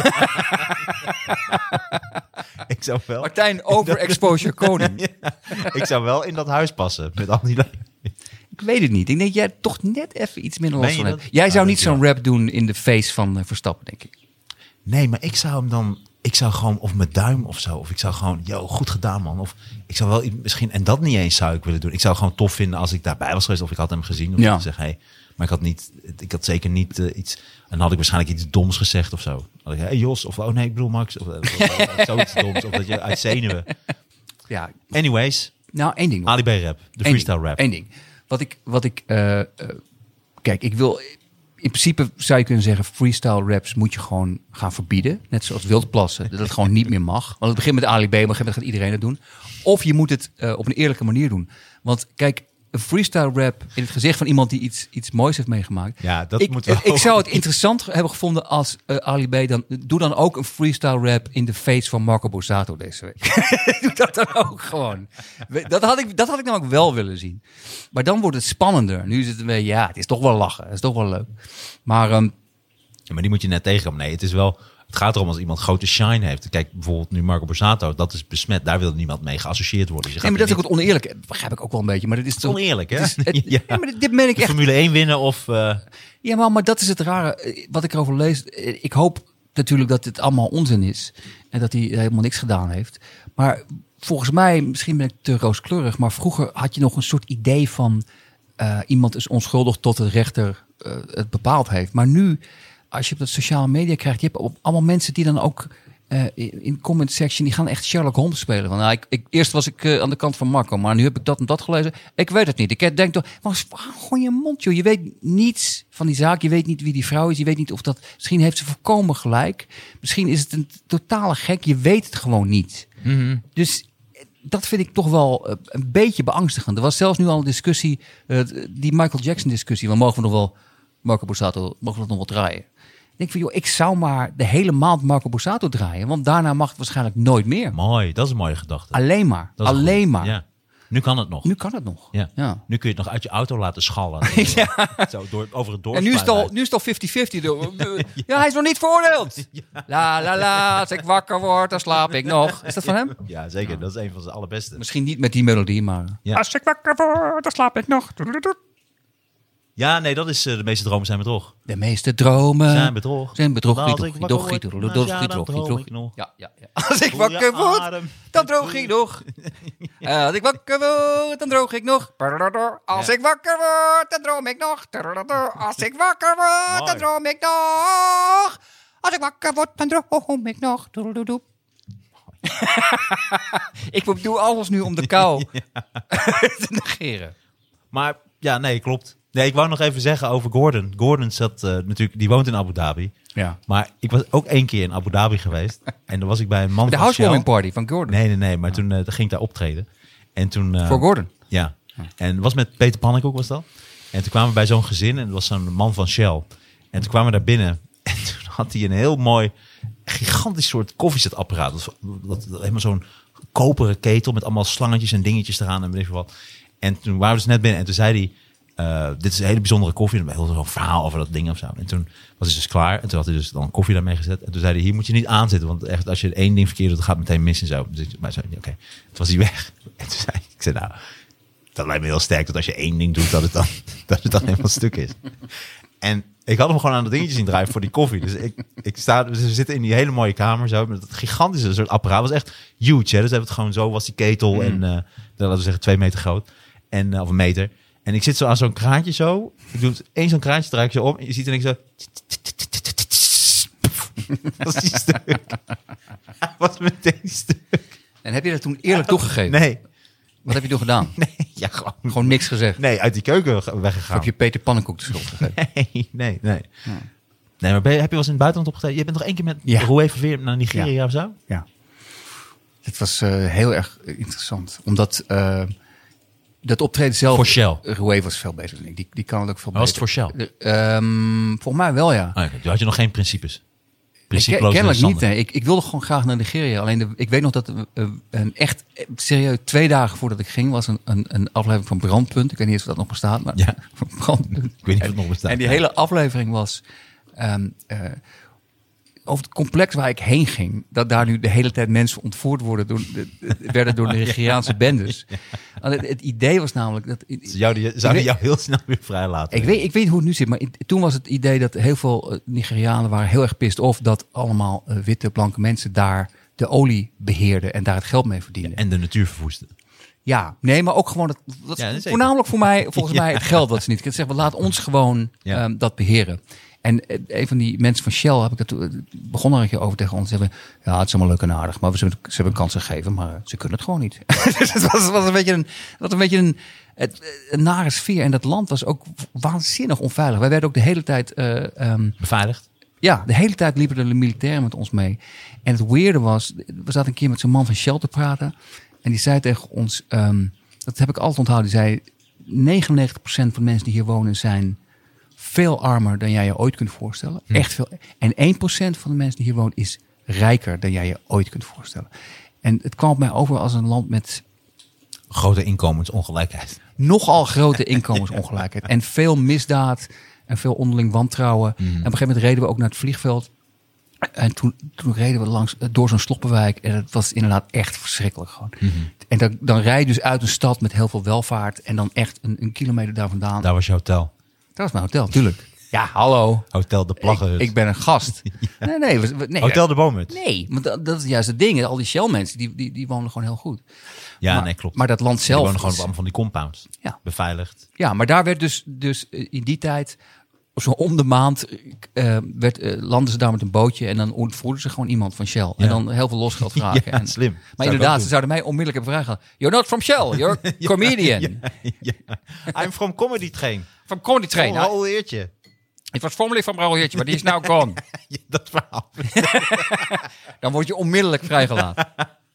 Ik zou wel, Martijn, overexposure koning. ik zou wel in dat huis passen met al die lui. Ik weet het niet. Ik denk jij toch net even iets minder Meen last je van dat? hebt. Jij Ah, zou niet dankjewel. zo'n rap doen in de face van Verstappen, denk ik. Nee, maar ik zou hem dan... Ik zou gewoon, of mijn duim of zo. Of ik zou gewoon, goed gedaan man. Of ik zou wel misschien, en dat niet eens zou ik willen doen. Ik zou gewoon tof vinden als ik daarbij was geweest. Of ik had hem gezien. Of Ja. ik zeg, hey, maar ik had zeker niet iets... En dan had ik waarschijnlijk iets doms gezegd of zo. Dan had ik, hey Jos, of oh nee, ik bedoel Max. Of zoiets doms. Of dat je uit zenuwen. Ja, Anyways, nou, 1 ding nog. Ali B rap. De freestyle rap. Eén ding. Kijk, ik wil... In principe zou je kunnen zeggen, freestyle raps moet je gewoon gaan verbieden. Net zoals wildplassen, dat het gewoon niet meer mag. Want het begint met Ali B, maar op een gegeven moment gaat iedereen het doen. Of je moet het op een eerlijke manier doen. Want kijk, een freestyle rap in het gezicht van iemand die iets moois heeft meegemaakt. Ja, dat moet wel. Ik zou het interessant hebben gevonden als Ali B dan... Doe dan ook een freestyle rap in de face van Marco Borsato deze week. Doe dat dan ook gewoon. Dat had ik namelijk wel willen zien. Maar dan wordt het spannender. Nu is het een beetje, het is toch wel lachen. Het is toch wel leuk. Maar Ja, maar die moet je net tegenkomen. Nee, het is wel... Het gaat erom als iemand grote shine heeft. Kijk, bijvoorbeeld nu Marco Borsato, dat is besmet. Daar wil niemand mee geassocieerd worden. Dus je nee, maar gaat dat is ook het oneerlijke. Dat begrijp ik ook wel een beetje. Maar dat is Het is oneerlijk, hè? Ja, maar dit meen ik De echt. Formule 1 winnen of... Ja, maar dat is het rare. Wat ik erover lees. Ik hoop natuurlijk dat het allemaal onzin is. En dat hij helemaal niks gedaan heeft. Maar volgens mij, misschien ben ik te rooskleurig. Maar vroeger had je nog een soort idee van... iemand is onschuldig tot de rechter het bepaald heeft. Maar nu, als je op de sociale media krijgt... je hebt allemaal mensen die dan ook... in comment section, die gaan echt Sherlock Holmes spelen. Van, eerst was ik aan de kant van Marco, maar nu heb ik dat en dat gelezen. Ik weet het niet. Ik denk toch, maar gewoon je mond, joh. Je weet niets van die zaak. Je weet niet wie die vrouw is. Je weet niet of dat... Misschien heeft ze volkomen gelijk. Misschien is het een totale gek. Je weet het gewoon niet. Dus dat vind ik toch wel een beetje beangstigend. Er was zelfs nu al een discussie, die Michael Jackson discussie. Want mogen we nog wel, Marco Borsato, mogen we dat nog wel draaien? Ik denk van, joh, ik zou maar de hele maand Marco Borsato draaien. Want daarna mag het waarschijnlijk nooit meer. Mooi, dat is een mooie gedachte. Alleen maar. Dat is Alleen goed. maar. Ja. Nu kan het nog. Nu kan het nog. Ja. Ja. Nu kun je het nog uit je auto laten schallen. Zo over het dorp. En nu is het al 50-50. Ja, hij is nog niet veroordeeld. La la la, als ik wakker word, dan slaap ik nog. Is dat van hem? Ja, zeker. Dat is een van zijn allerbeste. Misschien niet met die melodie, maar... Ja. Als ik wakker word, dan slaap ik nog. Ja, nee, dat is de meeste dromen zijn bedrog. De meeste dromen Zijn bedrog. zijn bedrog. Nou, als ik wakker word, ja, dan droom ik nog. Ja. Als ik Voel wakker je word, adem. dan droog ik nog. Als ik wakker word, dan droog ik nog. Als ik wakker word, dan droom ik nog. Als ik wakker word, dan droom ik nog. Als ik wakker word, dan droom ik nog. Ik doe alles nu om de kou te negeren. Maar ja, nee, klopt. Nee, ik wou nog even zeggen over Gordon. Gordon zat natuurlijk, die woont in Abu Dhabi. Ja. Maar ik was ook 1 keer in Abu Dhabi geweest. En dan was ik bij een man De van housewarming Shell. party van Gordon. Nee. Maar toen ging ik daar optreden. En toen... Voor Gordon. Ja. En het was met Peter Pannenkoek was dat. En toen kwamen we bij zo'n gezin. En dat was zo'n man van Shell. En toen kwamen we daar binnen. En toen had hij een heel mooi, gigantisch soort koffiezetapparaat. Dat helemaal zo'n koperen ketel met allemaal slangetjes en dingetjes eraan en weet ik veel wat. En toen waren we dus net binnen. En toen zei hij... dit is een hele bijzondere koffie. En heel zo'n verhaal over dat ding of zo. En toen was hij dus klaar. En toen had hij dus dan koffie daarmee gezet. En toen zei hij, hier moet je niet aanzetten. Want echt, als je 1 ding verkeerd doet, dan gaat het meteen mis en zo. Dus maar zei oké. Toen was hij weg. En toen zei ik zei, nou, dat lijkt me heel sterk dat als je 1 ding doet, dat het dan helemaal stuk is. En ik had hem gewoon aan de dingetjes zien draaien voor die koffie. Dus dus we zitten in die hele mooie kamer zo. Met dat gigantische soort apparaat. Het was echt huge. Hè? Dus we hebben het gewoon zo, was die ketel. En laten we zeggen 2 meter groot. Of een meter. En ik zit zo aan zo'n kraantje zo. Ik doe één zo'n kraantje, draai ik zo om. En je ziet en ik zo... Dat is die stuk. Wat meteen stuk. En heb je dat toen eerlijk toegegeven? Nee. Wat heb je toen gedaan? Nee, ja, Gewoon niks gezegd? Nee, uit die keuken weggegaan. Of heb je Peter Pannenkoek de schuld gegeven? Nee. Nee, maar heb je wel eens in het buitenland opgetreden? Je bent nog 1 keer met Roué Verveer naar Nigeria of zo? Ja. Het was heel erg interessant. Omdat dat optreden zelf... Voor Shell? Roué was veel beter dan ik. Die kan het ook veel beter. Was het voor Shell? Volgens mij wel, ja. Okay. Toen had je nog geen principes? Kennelijk niet. Nee. Ik wilde gewoon graag naar Nigeria. Alleen ik weet nog dat een echt serieus 2 dagen voordat ik ging was een aflevering van Brandpunt. Ik weet niet of dat nog bestaat, maar ja. Brandpunt. Ik weet niet of het nog bestaat. En die hele aflevering was over het complex waar ik heen ging. Dat daar nu de hele tijd mensen ontvoerd werden door de Nigeriaanse bendes. Ja. Het idee was namelijk dat... Zouden jou heel snel weer vrijlaten? Ik weet niet hoe het nu zit, maar toen was het idee dat heel veel Nigerianen waren heel erg pissed off dat allemaal witte, blanke mensen daar de olie beheerden en daar het geld mee verdienden. Ja, en de natuur verwoesten. Ja, nee, maar ook gewoon dat is voornamelijk voor mij, volgens mij het geld wat ze niet kunnen zeggen. Laat ons gewoon dat beheren. En een van die mensen van Shell heb ik dat begon er een keer over tegen ons. Ze hebben, ja, het is allemaal leuk en aardig, maar ze hebben een kans gegeven, maar ze kunnen het gewoon niet. Dus het was een beetje een nare sfeer. En dat land was ook waanzinnig onveilig. Wij werden ook de hele tijd beveiligd. Ja, de hele tijd liepen de militairen met ons mee. En het weirde was, we zaten een keer met zo'n man van Shell te praten. En die zei tegen ons, dat heb ik altijd onthouden. Die zei, 99% van de mensen die hier wonen zijn veel armer dan jij je ooit kunt voorstellen. Echt veel. En 1% van de mensen die hier wonen is rijker dan jij je ooit kunt voorstellen. En het kwam op mij over als een land met grote inkomensongelijkheid. Nogal grote inkomensongelijkheid. En veel misdaad en veel onderling wantrouwen. En op een gegeven moment reden we ook naar het vliegveld. En toen reden we door zo'n sloppenwijk. En het was inderdaad echt verschrikkelijk gewoon. En dan rij je dus uit een stad met heel veel welvaart. En dan echt een kilometer daar vandaan. Daar was je hotel. Dat was mijn hotel, tuurlijk. Ja, hallo. Hotel de Plaggenhut. Ik ben een gast. Nee. Hotel de Boomhut. Nee, want dat is juist het ding. Al die Shell-mensen, die wonen gewoon heel goed. Ja, nee, klopt. Maar dat land zelf... Die wonen gewoon op allemaal van die compounds. Ja. Beveiligd. Ja, maar daar werd dus in die tijd... Zo om de maand landen ze daar met een bootje... en dan ontvoerden ze gewoon iemand van Shell. Ja. En dan heel veel losgeld vragen. Ja, slim. Maar inderdaad, ze zouden mij onmiddellijk hebben vragen... You're not from Shell, you're a comedian. Ja. I'm from Comedy Train. From Comedy Train. Raoul Heertje. Het was formerly van Raoul Heertje, maar die is now gone. Ja, dat verhaal. Dan word je onmiddellijk vrijgelaten.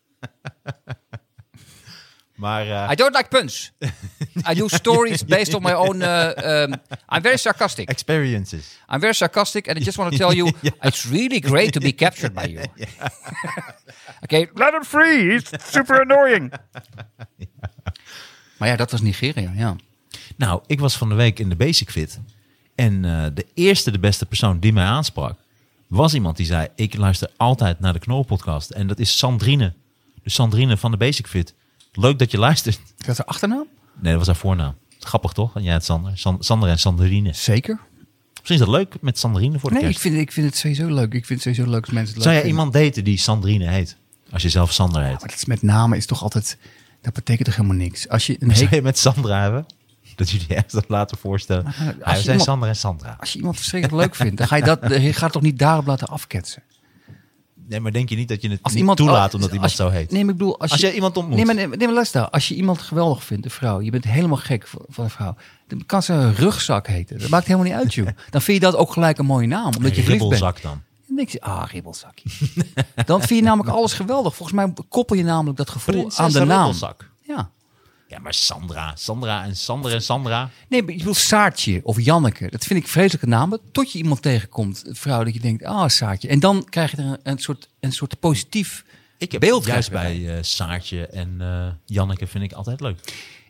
Maar, I don't like puns. I do stories based on my own... I'm very sarcastic. Experiences. I'm very sarcastic and I just want to tell you... It's really great to be captured by you. Okay, let him free. He's super annoying. Maar ja, dat was Nigeria, ja. Nou, ik was van de week in de Basic Fit. En de beste persoon die mij aansprak... was iemand die zei... ik luister altijd naar de Knol-podcast. En dat is Sandrine. Dus Sandrine van de Basic Fit... Leuk dat je luistert. Is dat haar achternaam? Nee, dat was haar voornaam. Grappig toch? En jij het Sander. Sander en Sandrine. Zeker. Misschien is dat leuk met Sandrine voor de kerst. Ik vind het sowieso leuk. Ik vind het sowieso leuk als mensen het Zou leuk jij iemand daten die Sandrine heet? Als je zelf Sander heet. Ja, maar dat is met name is toch altijd... Dat betekent toch helemaal niks. Als je zou je met Sandra hebben? Dat jullie ergens dat laten voorstellen. We zijn Sander en Sandra. Als je iemand verschrikkelijk leuk vindt... dan ga je gaat het toch niet daarop laten afketsen. Nee, maar denk je niet dat je het niet toelaat omdat iemand zo heet? Nee, maar ik bedoel... Als je iemand ontmoet... Nee, maar luister. Als je iemand geweldig vindt, een vrouw... je bent helemaal gek van een vrouw... dan kan ze een rugzak heten. Dat maakt helemaal niet uit, joh. Dan vind je dat ook gelijk een mooie naam. Omdat je verliefd bent. Ribbelzak dan. Dan denk je, ribbelzakje. Dan vind je namelijk alles geweldig. Volgens mij koppel je namelijk dat gevoel aan de naam. Ribbelzak. Ja. Ja, maar Sandra en Sander en Sandra. Nee, maar je bedoelt Saartje of Janneke. Dat vind ik vreselijke namen. Tot je iemand tegenkomt, een vrouw, dat je denkt, Saartje. En dan krijg je er een soort positief ik heb beeld. Juist bij Saartje en Janneke vind ik altijd leuk.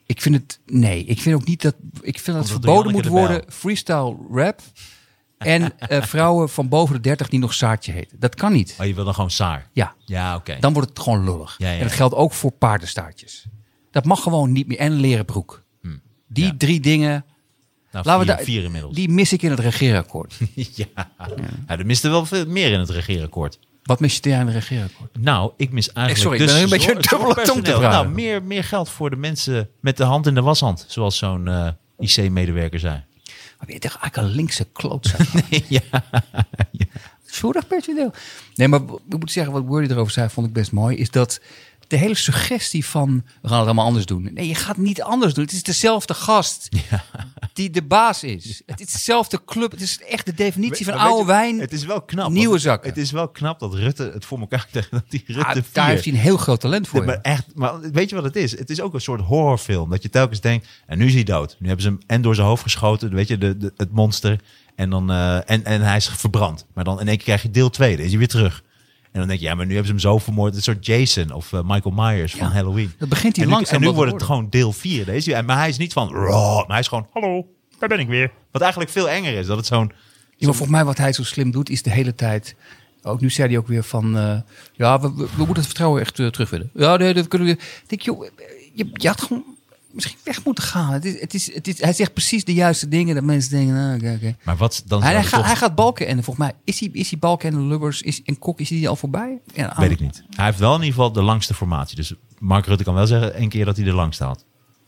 Ik vind het... Nee, ik vind ook niet dat... Ik vind dat het Komt dat verboden door moet Janneke de worden. Freestyle rap. En vrouwen van boven de 30 die nog Saartje heten. Dat kan niet. Oh, je wil dan gewoon Saar? Ja, Ja, oké. dan wordt het gewoon lullig. Ja, ja, En dat ja. geldt ook voor paardenstaartjes. Dat mag gewoon niet meer. En een leren broek. Die Ja. 3 dingen... Nou, Laten we vier inmiddels. Die mis ik in het regeerakkoord. ja. Er miste wel veel meer in het regeerakkoord. Wat mis je in het regeerakkoord? Nou, ik mis eigenlijk... Sorry, ik ben een beetje een dubbele tong te zorgpersoneel. vragen. Nou, meer geld voor de mensen met de hand in de washand. Zoals zo'n IC-medewerker zei. Maar ben je toch eigenlijk een linkse klootzak? ja. Zorgpersoneel. Nee, maar ik moet zeggen, wat Wordy erover zei, vond ik best mooi. Is dat de hele suggestie van, we gaan het allemaal anders doen. Nee, je gaat niet anders doen. Het is dezelfde gast die de baas is. Het is dezelfde club. Het is echt de definitie van Maar weet oude je, wijn. Het is wel knap. Nieuwe want zakken. Het is wel knap dat Rutte het voor elkaar krijgt. Dat die Rutte 4... Daar heeft hij een heel groot talent voor. Nee, maar echt, maar weet je wat het is? Het is ook een soort horrorfilm. Dat je telkens denkt, en nu is hij dood. Nu hebben ze hem en door zijn hoofd geschoten, weet je, het monster. En, dan, en hij is verbrand. Maar dan in één keer krijg je deel 2. Dan is hij weer terug. En dan denk je, ja, maar nu hebben ze hem zo vermoord. Een soort Jason of Michael Myers van Halloween. Dat begint hij en nu, langzaam en nu wat te wordt het worden. gewoon deel 4. Deze, maar hij is niet van, maar hij is gewoon, hallo, daar ben ik weer. Wat eigenlijk veel enger is. Dat het zo'n... Ja, maar volgens mij wat hij zo slim doet, is de hele tijd... Ook nu zei hij ook weer van... ja, we moeten het vertrouwen echt terugwinnen. Ja, nee, dat kunnen we... Ik denk, joh, je had gewoon misschien weg moeten gaan. Hij zegt precies de juiste dingen. Dat mensen denken, oké. Maar wat dan... Hij toch- gaat Balkenende, volgens mij. Is hij Balkenende, Lubbers en Kok, is hij al voorbij? Ja, Weet ik niet. Hij heeft wel in ieder geval de langste formatie. Dus Mark Rutte kan wel zeggen één keer dat hij de langste had.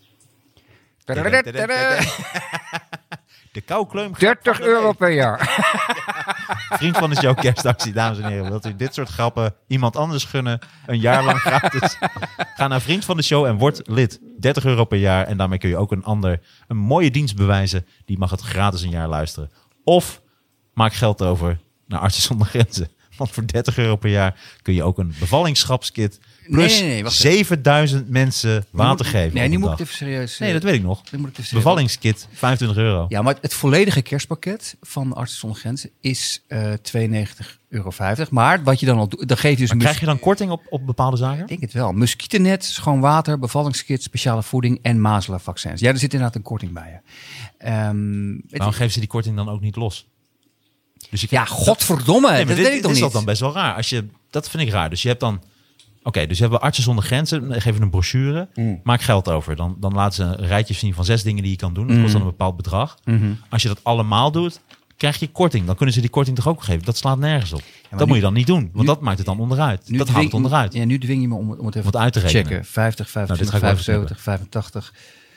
De koukleum. €30 per jaar. Vriend van de show kerstactie, dames en heren. Wilt u dit soort grappen iemand anders gunnen? Een jaar lang gratis? Ga naar Vriend van de Show en word lid. €30 per jaar. En daarmee kun je ook een mooie dienst bewijzen. Die mag het gratis een jaar luisteren. Of maak geld over naar Artsen zonder Grenzen. Want voor €30 per jaar kun je ook een bevallingschapskit... plus Nee, wacht 7000 mensen water geven. Nee, op nu een moet dag. ik even serieus... Nee, dat weet ik nog. nu moet ik even serieus- Bevallingskit, €25. Ja, maar het volledige kerstpakket van Artsen zonder Grenzen is €92,50. Maar wat je dan al doet, dan geef je dus... Maar krijg je dan korting op bepaalde zaken? Ik denk het wel. Muskietennet, schoon water, bevallingskit, speciale voeding en mazelenvaccins. Ja, er zit inderdaad een korting bij je. Waarom geven ze die korting dan ook niet los? Dus je Ja, godverdomme. Nee, maar dat dit weet ik toch is niet. dat dan best wel raar. Dat vind ik raar. Dus je hebt dan... Oké, dus we hebben Artsen zonder Grenzen. Dan geven een brochure. Maak geld over. Dan laten ze een rijtje zien van 6 dingen die je kan doen. Dat kost dan een bepaald bedrag. Als je dat allemaal doet, krijg je korting. Dan kunnen ze die korting toch ook geven. Dat slaat nergens op. Dat moet je dan niet doen. Want dat maakt het dan onderuit. Dat haalt het onderuit. Ja, nu dwing je me om het even het uit te rekenen. checken. 50, dit 25, ga ik wel even 75, 85,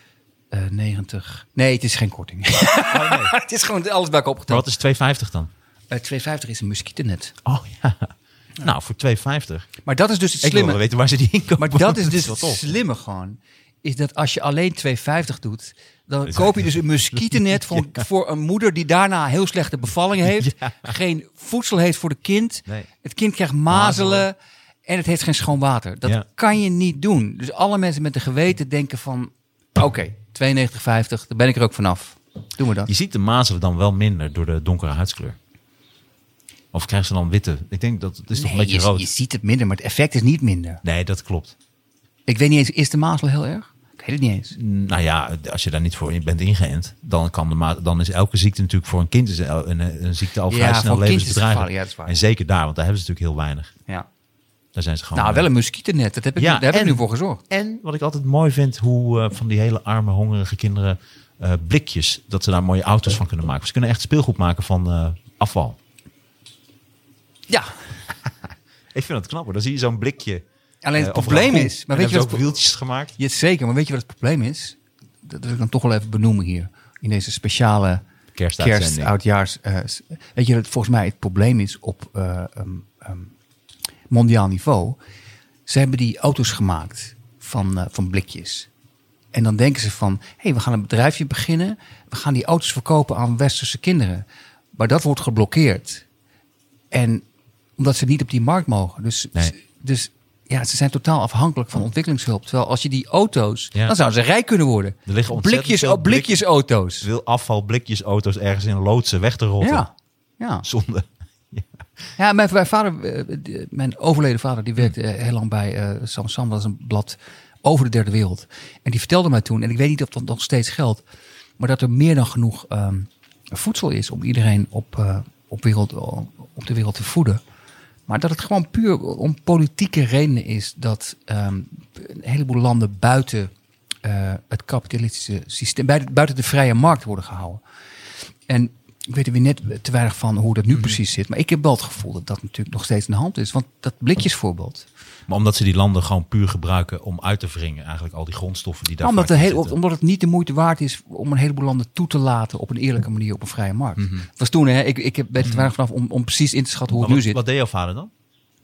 90. Nee, het is geen korting. Het is gewoon alles bij elkaar Maar opgeteld. wat is €2,50 dan? 2,50 is een muskietennet. Oh ja. Nou, voor €2,50. Maar dat is dus het Ik wil slimme. wel weten waar ze die in kopen. Maar dat is dus wel het tof. slimme gewoon. Is dat als je alleen 2,50 doet, dan koop je dus een muskietennet voor een moeder die daarna heel slechte bevalling heeft. Ja. Geen voedsel heeft voor de kind. Nee. Het kind krijgt mazelen. En het heeft geen schoon water. Dat Ja. kan je niet doen. Dus alle mensen met een geweten denken van... Oké, 92,50, dan ben ik er ook vanaf. Doen we dat. Je ziet de mazelen dan wel minder door de donkere huidskleur. Of krijgen ze dan witte? Ik denk dat het is toch een beetje rood. je ziet het minder, maar het effect is niet minder. Nee, dat klopt. Ik weet niet eens, is de mazelen heel erg? Ik weet het niet eens. Nou ja, als je daar niet voor bent ingeënt, dan is elke ziekte natuurlijk voor een kind een ziekte al vrij Ja, snel voor een kind is het levensbedreigend. gevaarlijk, ja, dat is waar. En zeker daar, want daar hebben ze natuurlijk heel weinig. Ja. Daar zijn ze gewoon. Nou, wel een muskietennet. Daar heb ik nu voor gezorgd. En wat ik altijd mooi vind, hoe van die hele arme, hongerige kinderen blikjes, dat ze daar mooie auto's van kunnen maken. Ze kunnen echt speelgoed maken van afval. Ja, Ik vind dat knap hoor. Dan zie je zo'n blikje. alleen het of probleem ragout. is... Maar En weet je hebben wat ze ook wieltjes gemaakt? Ja, zeker, maar weet je wat het probleem is? Dat wil ik dan toch wel even benoemen hier. In deze speciale Kerstuitzending. oudjaars. Weet je wat volgens mij het probleem is op mondiaal niveau? Ze hebben die auto's gemaakt van blikjes. En dan denken ze van... we gaan een bedrijfje beginnen. We gaan die auto's verkopen aan westerse kinderen. Maar dat wordt geblokkeerd. En omdat ze niet op die markt mogen. Dus ja, ze zijn totaal afhankelijk van ontwikkelingshulp. Terwijl als je die auto's... Ja. Dan zouden ze rijk kunnen worden. Er liggen ontzettend veel Blikjesauto's. Veel afvalblikjesauto's ergens in loodsen weg te rotten. Ja, ja. Zonde. Ja, mijn vader, mijn overleden vader, die werkte heel lang bij Sam. Dat is een blad over de derde wereld. En die vertelde mij toen, en ik weet niet of dat nog steeds geldt, maar dat er meer dan genoeg voedsel is om iedereen op de wereld te voeden. Maar dat het gewoon puur om politieke redenen is dat een heleboel landen buiten het kapitalistische systeem, buiten de vrije markt worden gehouden. En ik weet er weer net te weinig van hoe dat nu precies zit. Maar ik heb wel het gevoel dat dat natuurlijk nog steeds aan de hand is. Want dat blikjesvoorbeeld. Maar omdat ze die landen gewoon puur gebruiken om uit te wringen. Eigenlijk al die grondstoffen die daar vaak in zitten. Omdat het niet de moeite waard is om een heleboel landen toe te laten op een eerlijke manier op een vrije markt. Het was toen, ik heb er te weinig vanaf om precies in te schatten hoe het nu zit. Wat deed jouw vader dan?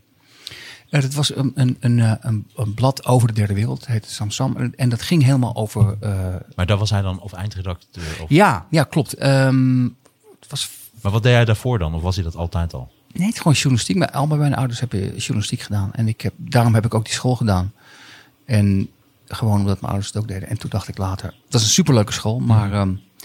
Het was een blad over de derde wereld. Het heette Samsam. En dat ging helemaal over... Maar daar was hij dan of eindredacteur? Of... Ja, klopt. Het was... Maar wat deed hij daarvoor dan? Of was hij dat altijd al? Nee, het is gewoon journalistiek. Maar allemaal mijn ouders hebben journalistiek gedaan. En daarom heb ik ook die school gedaan. En gewoon omdat mijn ouders het ook deden. En toen dacht ik later... Het was een superleuke school, maar...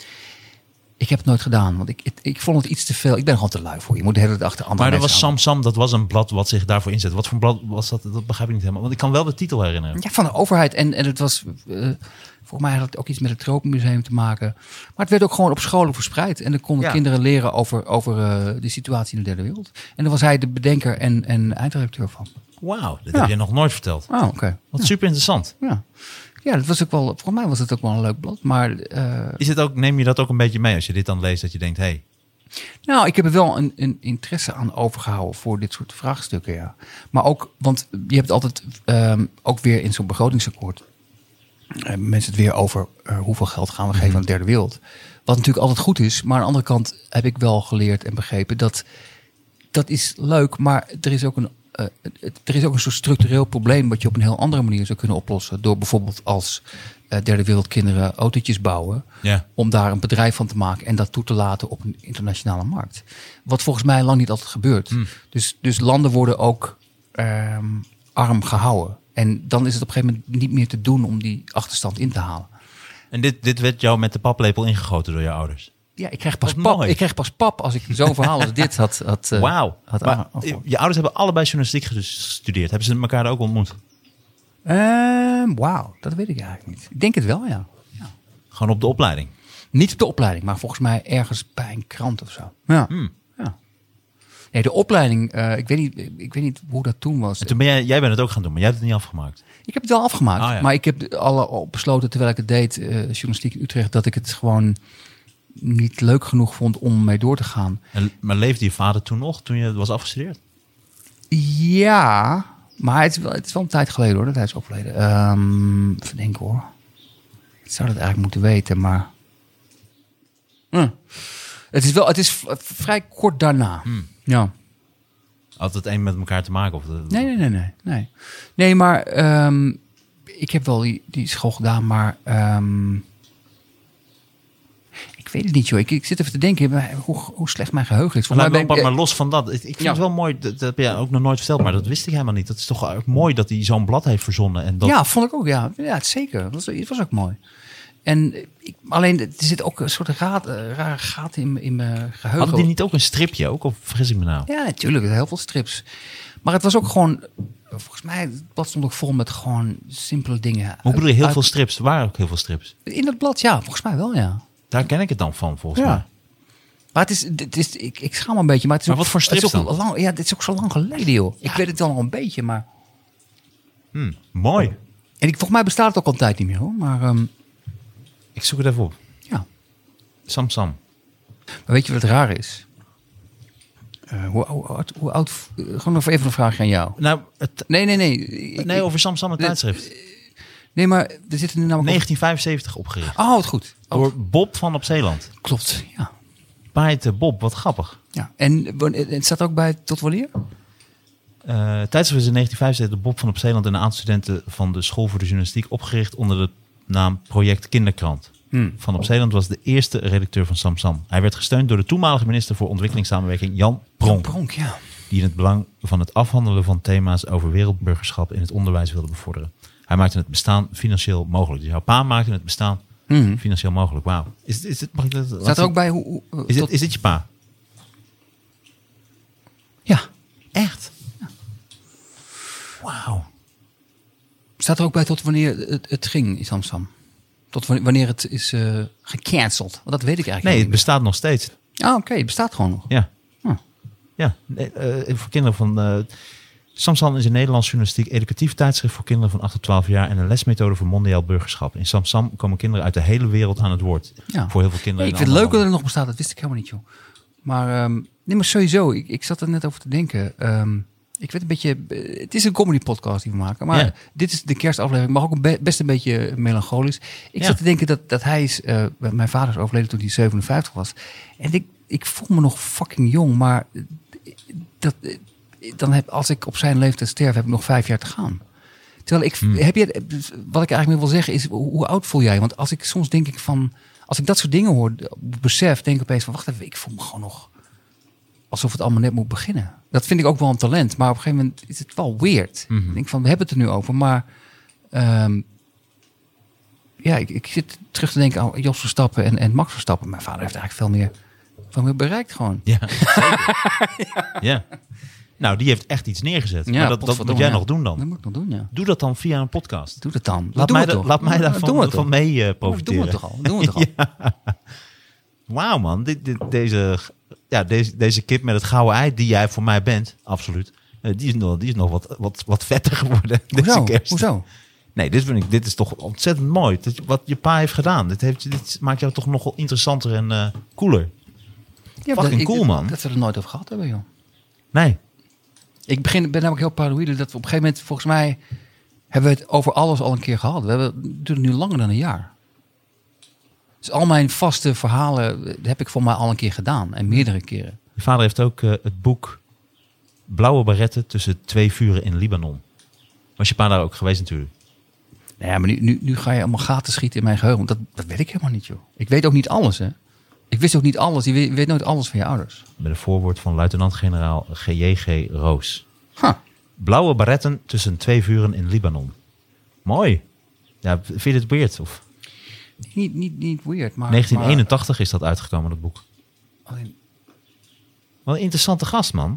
ik heb het nooit gedaan, want ik vond het iets te veel. Ik ben gewoon te lui voor. Je moet de hele dag achter andere Maar dat mensen was Samsam, dat was een blad wat zich daarvoor inzet. Wat voor blad was dat? Dat begrijp ik niet helemaal. Want ik kan wel de titel herinneren. Ja, van de overheid. En het was... volgens mij had het ook iets met het Tropenmuseum te maken. Maar het werd ook gewoon op scholen verspreid. En dan konden kinderen leren over de situatie in de derde wereld. En daar was hij de bedenker en eindredacteur van. Wauw, dat heb je nog nooit verteld. Oh, oké. Wat super interessant. Ja, dat was ook wel... Voor mij was het ook wel een leuk blad. Maar... Is het ook, neem je dat ook een beetje mee als je dit dan leest, dat je denkt, hey. Nou, ik heb er wel een interesse aan overgehouden voor dit soort vraagstukken, ja. Maar ook, want je hebt altijd ook weer in zo'n begrotingsakkoord mensen het weer over hoeveel geld gaan we geven aan de derde wereld. Wat natuurlijk altijd goed is, maar aan de andere kant heb ik wel geleerd en begrepen dat is leuk, maar er is ook een soort structureel probleem wat je op een heel andere manier zou kunnen oplossen. Door bijvoorbeeld als derde wereldkinderen autootjes bouwen. Ja. Om daar een bedrijf van te maken en dat toe te laten op een internationale markt. Wat volgens mij lang niet altijd gebeurt. Dus landen worden ook arm gehouden. En dan is het op een gegeven moment niet meer te doen om die achterstand in te halen. En dit werd jou met de paplepel ingegoten door je ouders? Ja, ik kreeg pas pap als ik zo'n verhaal als dit had. Wauw. Je ouders hebben allebei journalistiek gestudeerd. Hebben ze elkaar ook ontmoet? Wauw, dat weet ik eigenlijk niet. Ik denk het wel, ja. Gewoon op de opleiding? Niet op de opleiding, maar volgens mij ergens bij een krant of zo. Ja. Ja. Nee, de opleiding, ik weet niet hoe dat toen was. En toen jij bent het ook gaan doen, maar jij hebt het niet afgemaakt. Ik heb het wel afgemaakt, maar ik heb al besloten terwijl ik het deed, journalistiek in Utrecht, dat ik het gewoon niet leuk genoeg vond om mee door te gaan. Maar leefde je vader toen nog, toen je was afgestudeerd? Ja, maar het is wel een tijd geleden hoor, dat hij is overleden. Even denken hoor. Ik zou dat eigenlijk moeten weten, maar... Het is vrij kort daarna. Ja. Had het een met elkaar te maken? Of Nee. Nee, maar ik heb wel die school gedaan, maar... ik weet het niet, joh. Ik zit even te denken hoe slecht mijn geheugen is. Maar los van dat. Ik vind het wel mooi, dat heb je ook nog nooit verteld, maar dat wist ik helemaal niet. Dat is toch ook mooi dat hij zo'n blad heeft verzonnen. En dat... Ja, vond ik ook, ja. Ja, zeker. Het was ook mooi. En alleen, er zit ook een soort rare gat in mijn geheugen. Hadden die niet ook een stripje, ook? Of vergis ik me nou? Ja, natuurlijk. Heel veel strips. Maar het was ook gewoon... Volgens mij, het blad stond ook vol met gewoon simpele dingen. Hoe bedoel je, heel veel strips? Er waren ook heel veel strips. In dat blad, ja. Volgens mij wel, ja. Daar ken ik het dan van, volgens mij. Maar het is ik schaam me een beetje. Maar, het is maar wat voor strips dan? Dit is ook zo lang geleden, joh. Ja. Ik weet het wel nog een beetje, maar... Mooi. En volgens mij bestaat het ook al een tijd niet meer, hoor. Maar... ik zoek het even op. Ja. Samsam. Maar weet je wat het raar is? Hoe oud... Gewoon nog even een vraagje aan jou. Nou, Nee, over Samsam, het tijdschrift. Nee, maar er zitten nu namelijk... 1975 opgericht. Oh, wat goed. Door Bob van op Zeeland. Klopt, ja. Paait Bob, wat grappig. Ja. En het staat ook bij tot wanneer? Tijdschrift is in 1975 door Bob van op Zeeland en een aantal studenten van de School voor de Journalistiek opgericht onder de naam Project Kinderkrant. Van op Zeeland was de eerste redacteur van Samsam. Hij werd gesteund door de toenmalige minister voor ontwikkelingssamenwerking Jan Pronk. Die in het belang van het afhandelen van thema's over wereldburgerschap in het onderwijs wilde bevorderen. Hij maakte het bestaan financieel mogelijk. Dus jouw pa maakte het bestaan financieel mogelijk. Wauw. Staat er ook bij is dit je pa? Ja. Echt? Ja. Wauw. Staat er ook bij tot wanneer het ging in Samsam? Tot wanneer het is gecanceld? Want dat weet ik eigenlijk Nee, het niet bestaat nog steeds. meer. Oké, het bestaat gewoon nog. Ja. Oh. Ja, voor kinderen van... Samsam is een Nederlands journalistiek educatief tijdschrift voor kinderen van 8 tot 12 jaar en een lesmethode voor mondiaal burgerschap. In Samsam komen kinderen uit de hele wereld aan het woord. Ja. Voor heel veel kinderen. Nee, ik vind het leuk dat het nog bestaat. Dat wist ik helemaal niet, joh. Maar, maar sowieso. Ik zat er net over te denken. Ik weet een beetje... Het is een comedy podcast die we maken. Maar dit is de kerstaflevering. Maar ook best een beetje melancholisch. Ik zat te denken dat hij is... mijn vader is overleden toen hij 57 was. En ik voel me nog fucking jong. Maar als ik op zijn leeftijd sterf, heb ik nog 5 jaar te gaan. Terwijl wat ik eigenlijk meer wil zeggen is, hoe oud voel jij? Want soms denk ik van, als ik dat soort dingen hoor, besef, denk ik opeens van, wacht even, ik voel me gewoon nog alsof het allemaal net moet beginnen. Dat vind ik ook wel een talent, maar op een gegeven moment is het wel weird. Ik denk van, we hebben het er nu over, maar ik zit terug te denken aan Jos Verstappen en Max Verstappen. Mijn vader heeft eigenlijk veel meer bereikt gewoon. Ja, zeker. Ja. Nou, die heeft echt iets neergezet. Ja, maar dat moet jij nog doen dan. Dat moet ik nog doen, ja. Doe dat dan via een podcast. Doe dat dan. Laat mij daarvan mee profiteren. Doen we toch al. Doen we toch al. Wauw man, deze kip met het gouden ei die jij voor mij bent, absoluut. Die is nog wat vetter geworden deze kerst. Hoezo? Nee, dit is toch ontzettend mooi. Wat je pa heeft gedaan. Dit maakt jou toch nogal interessanter en cooler. Ja, fucking cool, man. Dat we er nooit over gehad hebben, joh. Nee. Ik ben namelijk heel paranoïde dat we op een gegeven moment, volgens mij, hebben we het over alles al een keer gehad. Het duurt nu langer dan een jaar. Dus al mijn vaste verhalen heb ik voor mij al een keer gedaan. En meerdere keren. Je vader heeft ook het boek Blauwe Baretten tussen 2 vuren in Libanon. Was je pa daar ook geweest natuurlijk? Nou ja, maar nu ga je allemaal gaten schieten in mijn geheugen. Want dat weet ik helemaal niet, joh. Ik weet ook niet alles, hè. Ik wist ook niet alles. Je weet nooit alles van je ouders. Met een voorwoord van luitenant-generaal G.J.G. Roos. Huh. Blauwe baretten tussen 2 vuren in Libanon. Mooi. Ja, vind je dit weird? Of? Niet weird, maar... 1981 is dat uitgekomen, dat boek. Alleen... Wat een interessante gast, man.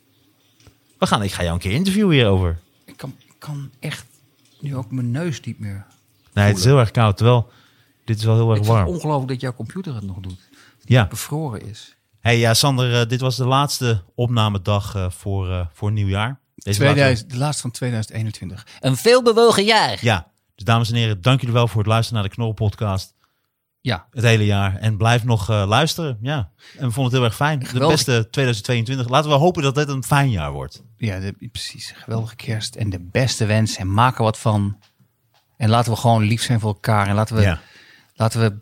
Ik ga jou een keer interviewen hierover. Ik kan echt nu ook mijn neus niet meer... Nee, het is heel erg koud, terwijl dit is wel heel erg warm. Het is ongelooflijk dat jouw computer het nog doet. Ja. Bevroren is. Hey, ja, Sander, dit was de laatste opnamedag voor nieuwjaar. De laatste van 2021. Een veelbewogen jaar. Ja, dus dames en heren, dank jullie wel voor het luisteren naar de Knorren podcast. Ja. Het hele jaar. En blijf nog luisteren. Ja. En we vonden het heel erg fijn. Geweldig. De beste 2022. Laten we hopen dat dit een fijn jaar wordt. Ja, precies. Geweldige kerst. En de beste wens. En maak er wat van. En laten we gewoon lief zijn voor elkaar. En laten we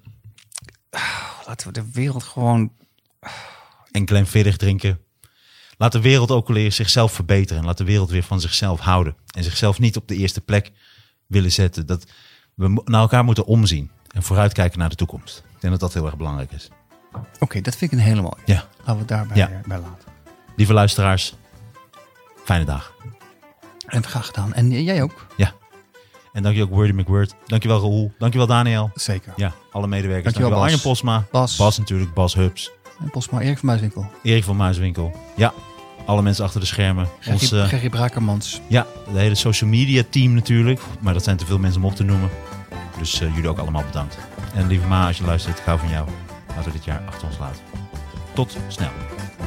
de wereld gewoon... En Glenfiddich drinken. Laat de wereld ook weer zichzelf verbeteren. En laat de wereld weer van zichzelf houden. En zichzelf niet op de eerste plek willen zetten. Dat we naar elkaar moeten omzien. En vooruitkijken naar de toekomst. Ik denk dat dat heel erg belangrijk is. Oké, dat vind ik een hele mooie. Ja. Laten we het daarbij bij laten. Lieve luisteraars, fijne dag. En graag gedaan. En jij ook. Ja. En dank je ook Wordy McWord. Dankjewel Raoul. Dankjewel Daniel. Zeker. Ja, alle medewerkers. Dankjewel Arjen Posma. Bas Natuurlijk. Bas Hubs. En Posma, Erik van Muiswinkel. Erik van Muiswinkel. Ja. Alle mensen achter de schermen. Gerrie Brakermans. Ja, de hele social media team natuurlijk. Maar dat zijn te veel mensen om op te noemen. Dus jullie ook allemaal bedankt. En lieve Ma, als je luistert, ik hou van jou. Laten we dit jaar achter ons laten. Tot snel.